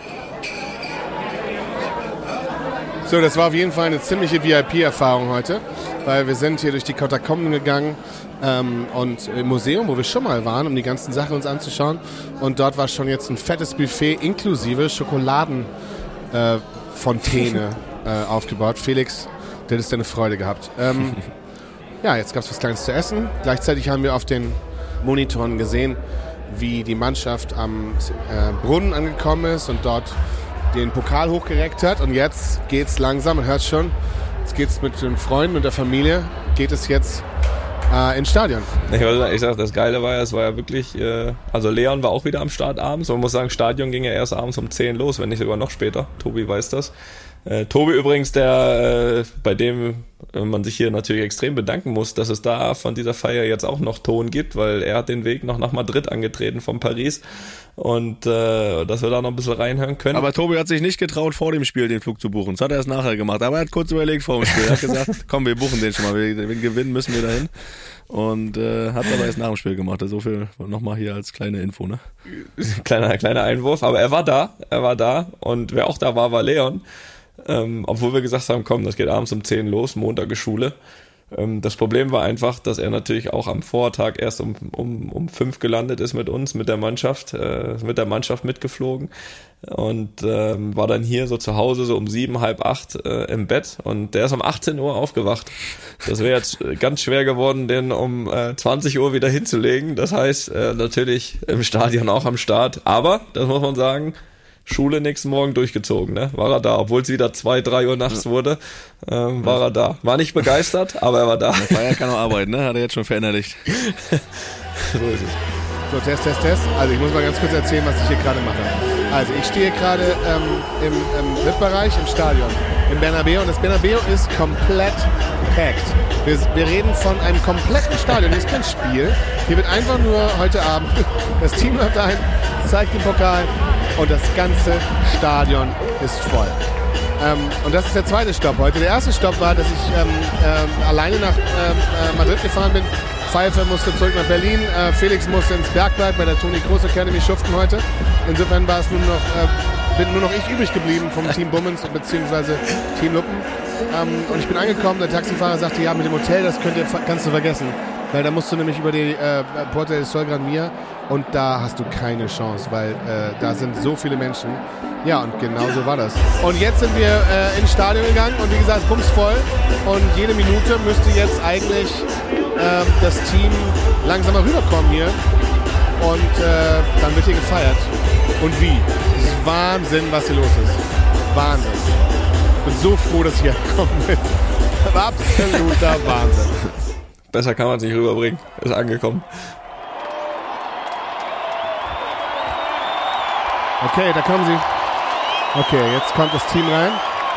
So, das war auf jeden Fall eine ziemliche VIP-Erfahrung heute, weil wir sind hier durch die Katakomben gegangen und im Museum, wo wir schon mal waren, um die ganzen Sachen uns anzuschauen. Und dort war schon jetzt ein fettes Buffet inklusive Schokoladenfontäne aufgebaut. Felix, das ist eine Freude gehabt. Jetzt gab es was Kleines zu essen. Gleichzeitig haben wir auf den Monitoren gesehen, wie die Mannschaft am Brunnen angekommen ist und dort den Pokal hochgereckt hat und jetzt geht's langsam, man hört schon, jetzt geht's mit den Freunden und der Familie, geht es jetzt ins Stadion. Ich sag, das Geile war ja, es war ja wirklich, also Leon war auch wieder am Start abends, man muss sagen, Stadion ging ja erst abends um 10 los, wenn nicht sogar noch später, Tobi weiß das. Tobi übrigens, der bei dem man sich hier natürlich extrem bedanken muss, dass es da von dieser Feier jetzt auch noch Ton gibt, weil er hat den Weg noch nach Madrid angetreten von Paris und dass wir da noch ein bisschen reinhören können. Aber Tobi hat sich nicht getraut, vor dem Spiel den Flug zu buchen. Das hat er erst nachher gemacht, aber er hat kurz überlegt vor dem Spiel. Er hat gesagt, komm, wir buchen den schon mal, wenn wir gewinnen, müssen wir dahin. Und hat aber erst nach dem Spiel gemacht. So viel nochmal hier als kleine Info, ne? Kleiner Einwurf, aber er war da. Und wer auch da war, war Leon. Obwohl wir gesagt haben, komm, das geht abends um 10 los, Montag ist Schule. Das Problem war einfach, dass er natürlich auch am Vortag erst um 5 gelandet ist mit uns, mit der Mannschaft mitgeflogen und war dann hier so zu Hause so um 7, halb 8 im Bett und der ist um 18 Uhr aufgewacht. Das wäre jetzt ganz schwer geworden, den um 20 Uhr wieder hinzulegen. Das heißt, natürlich im Stadion auch am Start, aber, das muss man sagen, Schule nächsten Morgen durchgezogen, ne? War er da, obwohl es wieder 2, 3 Uhr nachts wurde, war er da. War nicht begeistert, aber er war da. Der Feier kann auch arbeiten, ne? Hat er jetzt schon verinnerlicht. So ist es. So, Test. Also ich muss mal ganz kurz erzählen, was ich hier gerade mache. Also ich stehe gerade im VIP-Bereich im Stadion, im Bernabeu, und das Bernabeu ist komplett packed. Wir reden von einem kompletten Stadion, hier ist kein Spiel. Hier wird einfach nur heute Abend, das Team läuft ein, zeigt den Pokal und das ganze Stadion ist voll. Und das ist der zweite Stopp heute. Der erste Stopp war, dass ich alleine nach Madrid gefahren bin. Pfeiffer musste zurück nach Berlin, Felix musste ins Bergwerk bei der Toni Kroos Academy schuften heute. Insofern war es bin nur noch ich übrig geblieben vom Team Bummens bzw. Team Luppen. Und ich bin angekommen, der Taxifahrer sagte, ja, mit dem Hotel, das kannst du vergessen. Weil da musst du nämlich über die Puerta del Sol Gran Via und da hast du keine Chance, weil da sind so viele Menschen. Ja, und genau so war das. Und jetzt sind wir ins Stadion gegangen und wie gesagt, bumsvoll. Und jede Minute müsste jetzt eigentlich das Team langsam mal rüberkommen hier. Und dann wird hier gefeiert. Und wie? Es ist Wahnsinn, was hier los ist. Wahnsinn. Ich bin so froh, dass ich hier gekommen bin. Absoluter Wahnsinn. Besser kann man es nicht rüberbringen. Ist angekommen. Okay, da kommen sie. Okay, jetzt kommt das Team rein.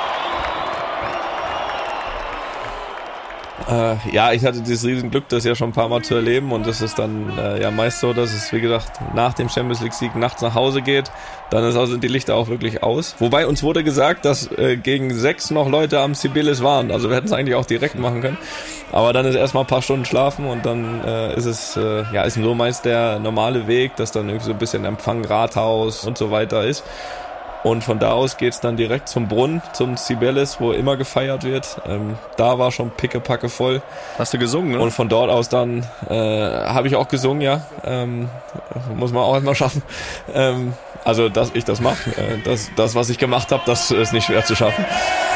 Ja, ich hatte dieses Riesenglück, das ja schon ein paar Mal zu erleben und es ist dann ja meist so, dass es, wie gesagt, nach dem Champions League Sieg nachts nach Hause geht. Dann sind die Lichter auch wirklich aus. Wobei uns wurde gesagt, dass gegen 6 noch Leute am Cibeles waren. Also wir hätten es eigentlich auch direkt machen können. Aber dann ist erstmal ein paar Stunden schlafen und dann ist es, ist so meist der normale Weg, dass dann irgendwie so ein bisschen Empfang, Rathaus und so weiter ist. Und von da aus geht's dann direkt zum Brunnen, zum Cibeles, wo immer gefeiert wird. Da war schon pickepacke voll. Hast du gesungen, ne? Und von dort aus dann habe ich auch gesungen, ja. Muss man auch erstmal schaffen. Also, dass ich das mache, das, was ich gemacht habe, das ist nicht schwer zu schaffen.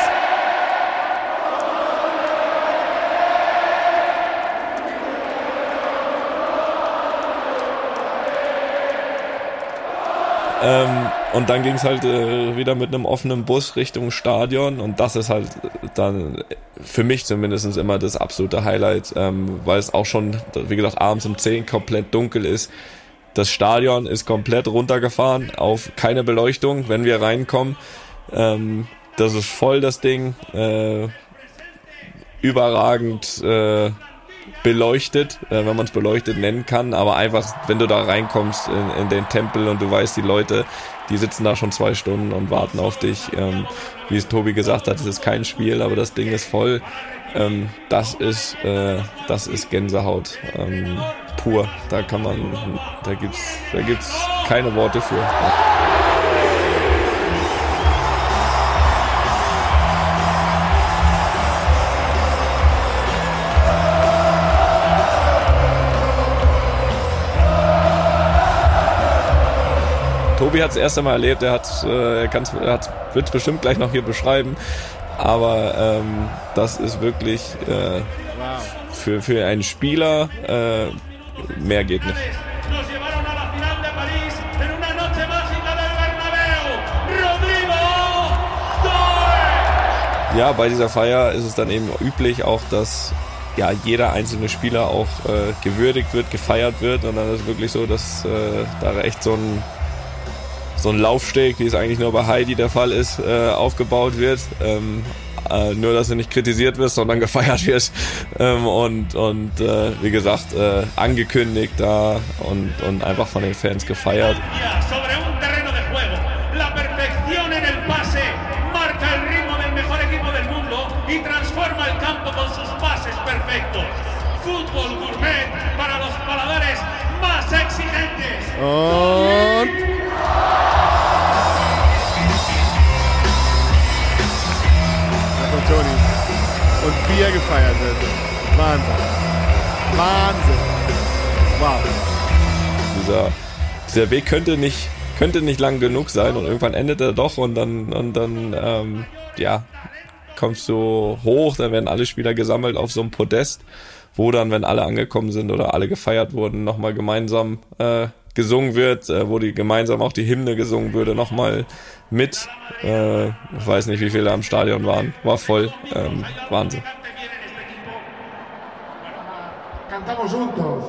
Und dann ging es halt wieder mit einem offenen Bus Richtung Stadion und das ist halt dann für mich zumindest immer das absolute Highlight, weil es auch schon, wie gesagt, abends um 10 komplett dunkel ist. Das Stadion ist komplett runtergefahren, auf keine Beleuchtung, wenn wir reinkommen. Das ist voll das Ding, überragend beleuchtet, wenn man es beleuchtet nennen kann, aber einfach, wenn du da reinkommst in den Tempel und du weißt, die Leute, die sitzen da schon 2 Stunden und warten auf dich, wie es Tobi gesagt hat, es ist kein Spiel, aber das Ding ist voll, das ist Gänsehaut pur, da gibt's keine Worte für. Tobi hat es erst einmal erlebt, er wird es bestimmt gleich noch hier beschreiben, aber das ist wirklich für einen Spieler mehr geht nicht. Ja, bei dieser Feier ist es dann eben üblich auch, dass ja jeder einzelne Spieler auch gewürdigt wird, gefeiert wird und dann ist es wirklich so, dass da echt so ein Laufsteg, wie es eigentlich nur bei Heidi der Fall ist, aufgebaut wird. Nur, dass du nicht kritisiert wirst, sondern gefeiert wirst. Wie gesagt, angekündigt da und einfach von den Fans gefeiert. Fútbol gourmet. Und da kommt Toni. Und wie er gefeiert wird. Wahnsinn. Wow. Dieser Weg könnte nicht lang genug sein und irgendwann endet er doch und dann kommst du hoch, dann werden alle Spieler gesammelt auf so einem Podest, wo dann, wenn alle angekommen sind oder alle gefeiert wurden, nochmal gemeinsam gesungen wird, wo gemeinsam auch die Hymne gesungen würde, nochmal mit. Ich weiß nicht, wie viele am Stadion waren. War voll. Wahnsinn. Cantamos juntos.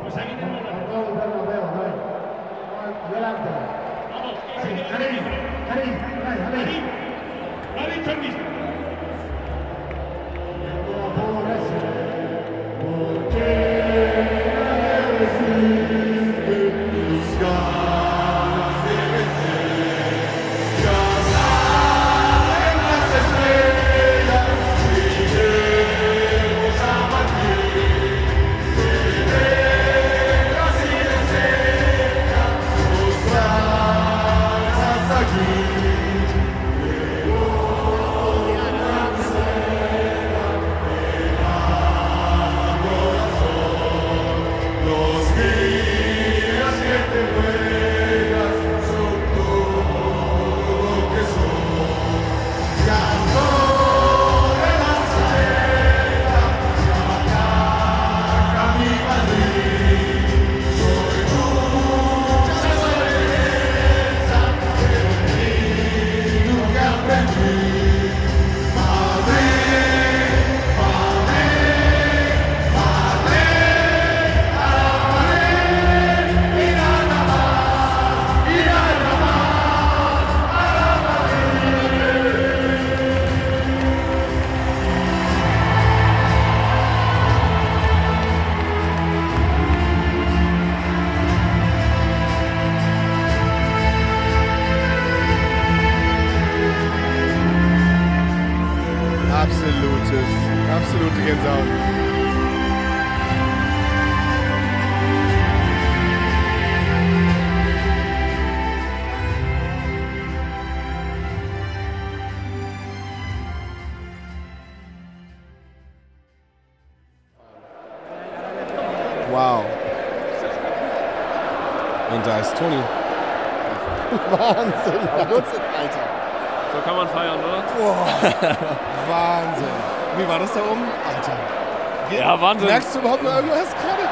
Absolute Gänsehaut. Wow. Und da ist Toni. Wahnsinn. Alter. So kann man feiern, oder? Boah. Wahnsinn. Wie war das da oben? Alter. Ja, Wahnsinn. Merkst du überhaupt noch irgendwas gerade?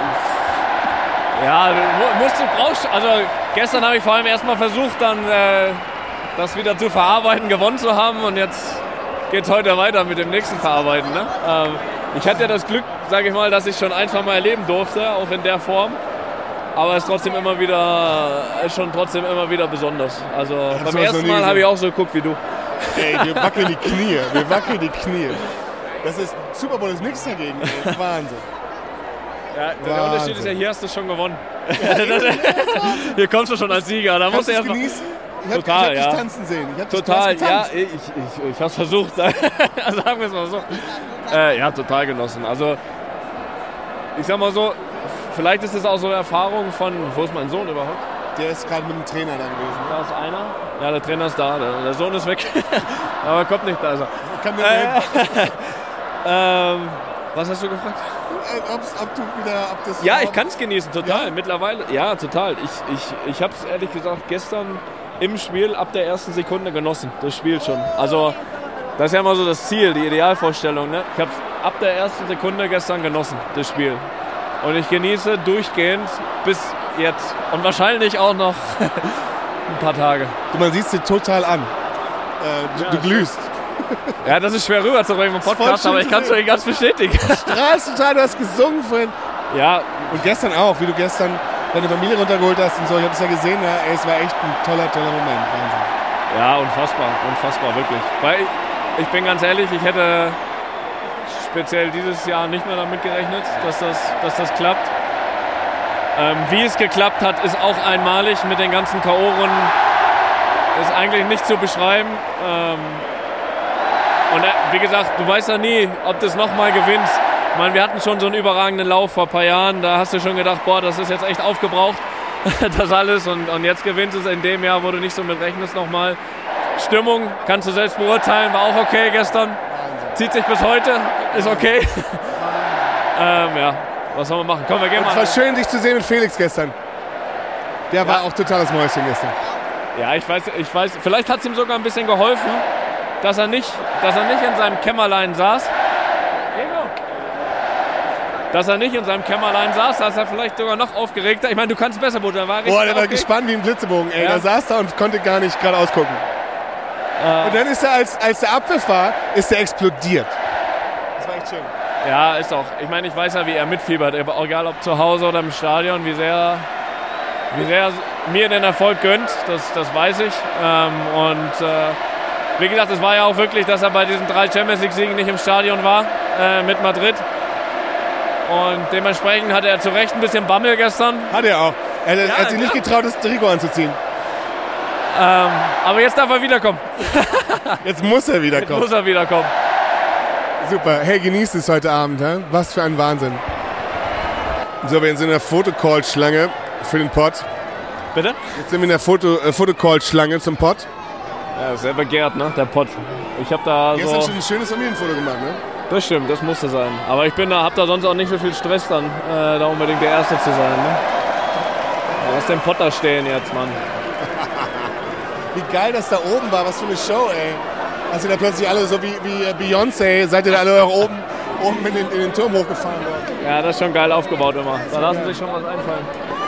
Ja, also gestern habe ich vor allem erstmal versucht, dann das wieder zu verarbeiten, gewonnen zu haben und jetzt geht es heute weiter mit dem nächsten Verarbeiten. Ne? Ich hatte ja das Glück, sage ich mal, dass ich schon ein, zwei Mal erleben durfte, auch in der Form. Aber es ist trotzdem immer wieder besonders. Also beim ersten Mal habe ich auch so geguckt wie du. Ey, wir wackeln die Knie. Das ist Super Bowl, ist nichts dagegen. Ey. Wahnsinn. Ja, der Unterschied ist ja, hier hast du schon gewonnen. Hier kommst du schon als Sieger. Da musst du erst genießen? Ich hab dich tanzen sehen. Total, ja. Ich hab's versucht. Sagen wir es mal so. Ja, total genossen. Also, ich sag mal so, vielleicht ist es auch so eine Erfahrung von, wo ist mein Sohn überhaupt? Der ist gerade mit dem Trainer da gewesen. Da ist einer. Ja, der Trainer ist da. Der Sohn ist weg. Aber kommt nicht da. Also. Was hast du gefragt? Ob das ja, ich kann es genießen, total. Ja? Mittlerweile, ja, total. Ich habe es ehrlich gesagt gestern im Spiel ab der ersten Sekunde genossen. Das Spiel schon. Also, das ist ja immer so das Ziel, die Idealvorstellung. Ne? Ich habe es ab der ersten Sekunde gestern genossen, das Spiel. Und ich genieße durchgehend bis jetzt. Und wahrscheinlich auch noch ein paar Tage. Man sieht es dir total an. Du glühst. Ja, das ist schwer rüberzubringen im Podcast, aber ich kann es euch ganz bestätigen. Du strahlst total, du hast gesungen vorhin. Ja. Und gestern auch, wie du gestern deine Familie runtergeholt hast und so. Ich habe es ja gesehen, ja, ey, es war echt ein toller Moment. Wahnsinn. Ja, unfassbar, wirklich. Weil ich bin ganz ehrlich, ich hätte speziell dieses Jahr nicht mehr damit gerechnet, dass das klappt. Wie es geklappt hat, ist auch einmalig mit den ganzen K.O.-Runden. Ist eigentlich nicht zu beschreiben. Und wie gesagt, du weißt ja nie, ob du es nochmal gewinnst. Ich meine, wir hatten schon so einen überragenden Lauf vor ein paar Jahren. Da hast du schon gedacht, boah, das ist jetzt echt aufgebraucht. das alles. Und jetzt gewinnst du es in dem Jahr, wo du nicht so mit rechnest nochmal. Stimmung kannst du selbst beurteilen, war auch okay gestern. Zieht sich bis heute, ist okay. Ja, was soll man machen? Komm, wir gehen mal. Es war schön, dich zu sehen mit Felix gestern. Der war auch totales Mäuschen gestern. Ja, ich weiß, vielleicht hat es ihm sogar ein bisschen geholfen, dass er nicht in seinem Kämmerlein saß. Dass er nicht in seinem Kämmerlein saß, da ist er vielleicht sogar noch aufgeregter. Ich meine, du kannst besser beurteilen. Boah, der war gespannt wie ein Blitzebogen. Ey, da saß er und konnte gar nicht geradeaus gucken. Und dann ist er, als der Abpfiff war, ist er explodiert. Das war echt schön. Ja, ist auch. Ich meine, ich weiß ja, wie er mitfiebert. Egal ob zu Hause oder im Stadion, wie sehr mir den Erfolg gönnt, das weiß ich. Wie gesagt, es war ja auch wirklich, dass er bei diesen 3 Champions-League-Siegen nicht im Stadion war mit Madrid. Und dementsprechend hatte er zu Recht ein bisschen Bammel gestern. Hat er auch. Er hat sich nicht getraut, das Trikot anzuziehen. Aber jetzt darf er wiederkommen. Jetzt muss er wiederkommen. Jetzt muss er wiederkommen. Super. Hey, genießt es heute Abend. He? Was für ein Wahnsinn. So, wir sind in der Fotocall-Schlange für den Pod. Bitte? Jetzt sind wir in der Fotocall-Schlange zum Pod. Ja, sehr begehrt, ne? Der Pod. Ich habe da gestern so schon ein schönes Familienfoto gemacht, ne? Das stimmt, das musste sein. Aber ich habe da sonst auch nicht so viel Stress dann, da unbedingt der Erste zu sein. Ne? Lass den Pod da stehen jetzt, Mann. Wie geil das da oben war, was für eine Show, ey. Als ihr da plötzlich alle so wie Beyoncé, seid ihr da alle oben in den Turm hochgefahren worden. Ja, das ist schon geil aufgebaut immer. Da lassen sich schon was einfallen.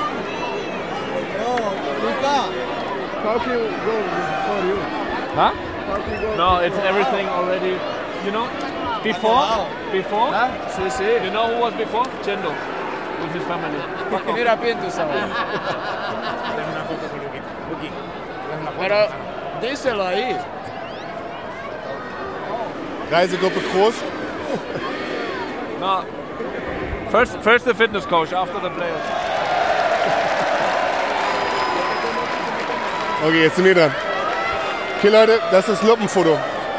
How can you go before you? Huh? No, it's everything already, you know? Before? Huh? Sí, sí. You know who was before? Chendo, with his family. Mira, pinto, ¿sabes? Pero díselo ahí. Reisegruppe groß. No. First the fitness coach, after the players. Okay, jetzt sind wir dran. Okay, Leute, das ist das Luppenfoto.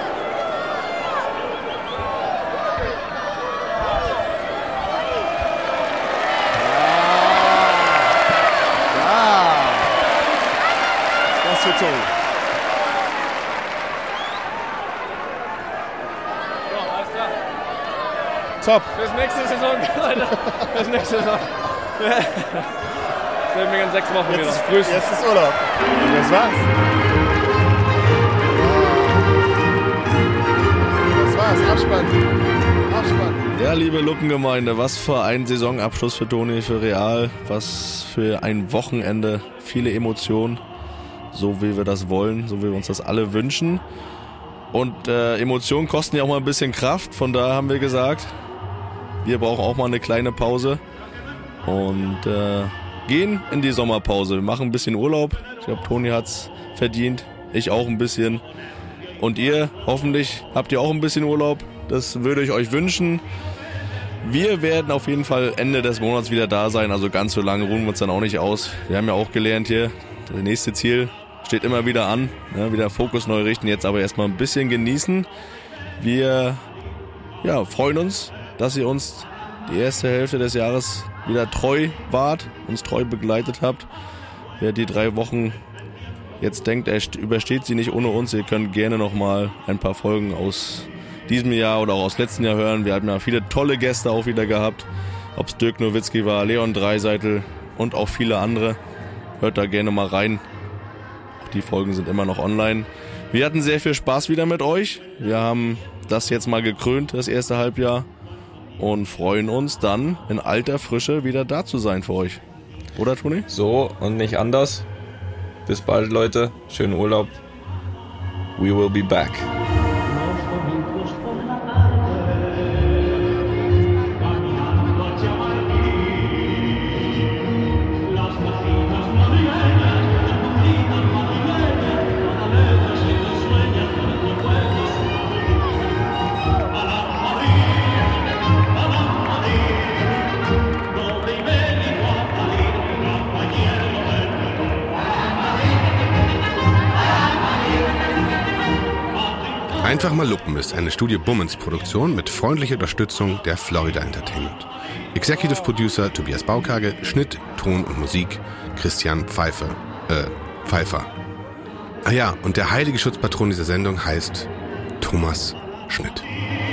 Das wird toll. Top. Bis nächste Saison, Leute. Bis nächste Saison. Sehen wir in 6 Wochen wieder. Jetzt ist Urlaub. Und das war's. Das war's. Abspann. Ja, liebe Luppengemeinde, was für ein Saisonabschluss für Toni, für Real. Was für ein Wochenende. Viele Emotionen. So wie wir das wollen, so wie wir uns das alle wünschen. Und Emotionen kosten ja auch mal ein bisschen Kraft. Von daher haben wir gesagt, wir brauchen auch mal eine kleine Pause. Und gehen in die Sommerpause. Wir machen ein bisschen Urlaub. Ich glaube, Toni hat's verdient. Ich auch ein bisschen. Und ihr, hoffentlich habt ihr auch ein bisschen Urlaub. Das würde ich euch wünschen. Wir werden auf jeden Fall Ende des Monats wieder da sein. Also ganz so lange ruhen wir uns dann auch nicht aus. Wir haben ja auch gelernt hier, das nächste Ziel steht immer wieder an. Ja, wieder Fokus neu richten. Jetzt aber erstmal ein bisschen genießen. Wir freuen uns, dass ihr uns die erste Hälfte des Jahres wieder treu wart, uns treu begleitet habt. Wer die 3 Wochen jetzt denkt, er übersteht sie nicht ohne uns, ihr könnt gerne nochmal ein paar Folgen aus diesem Jahr oder auch aus letzten Jahr hören. Wir hatten ja viele tolle Gäste auch wieder gehabt. Ob es Dirk Nowitzki war, Leon Dreiseitel und auch viele andere. Hört da gerne mal rein. Auch die Folgen sind immer noch online. Wir hatten sehr viel Spaß wieder mit euch. Wir haben das jetzt mal gekrönt, das erste Halbjahr. Und freuen uns dann in alter Frische wieder da zu sein für euch. Oder, Toni? So und nicht anders. Bis bald, Leute. Schönen Urlaub. We will be back. Einfach mal lupen ist eine Studio Bummens Produktion mit freundlicher Unterstützung der Florida Entertainment. Executive Producer Tobias Baukage, Schnitt, Ton und Musik Christian Pfeiffer. Ah ja, und der heilige Schutzpatron dieser Sendung heißt Thomas Schmidt.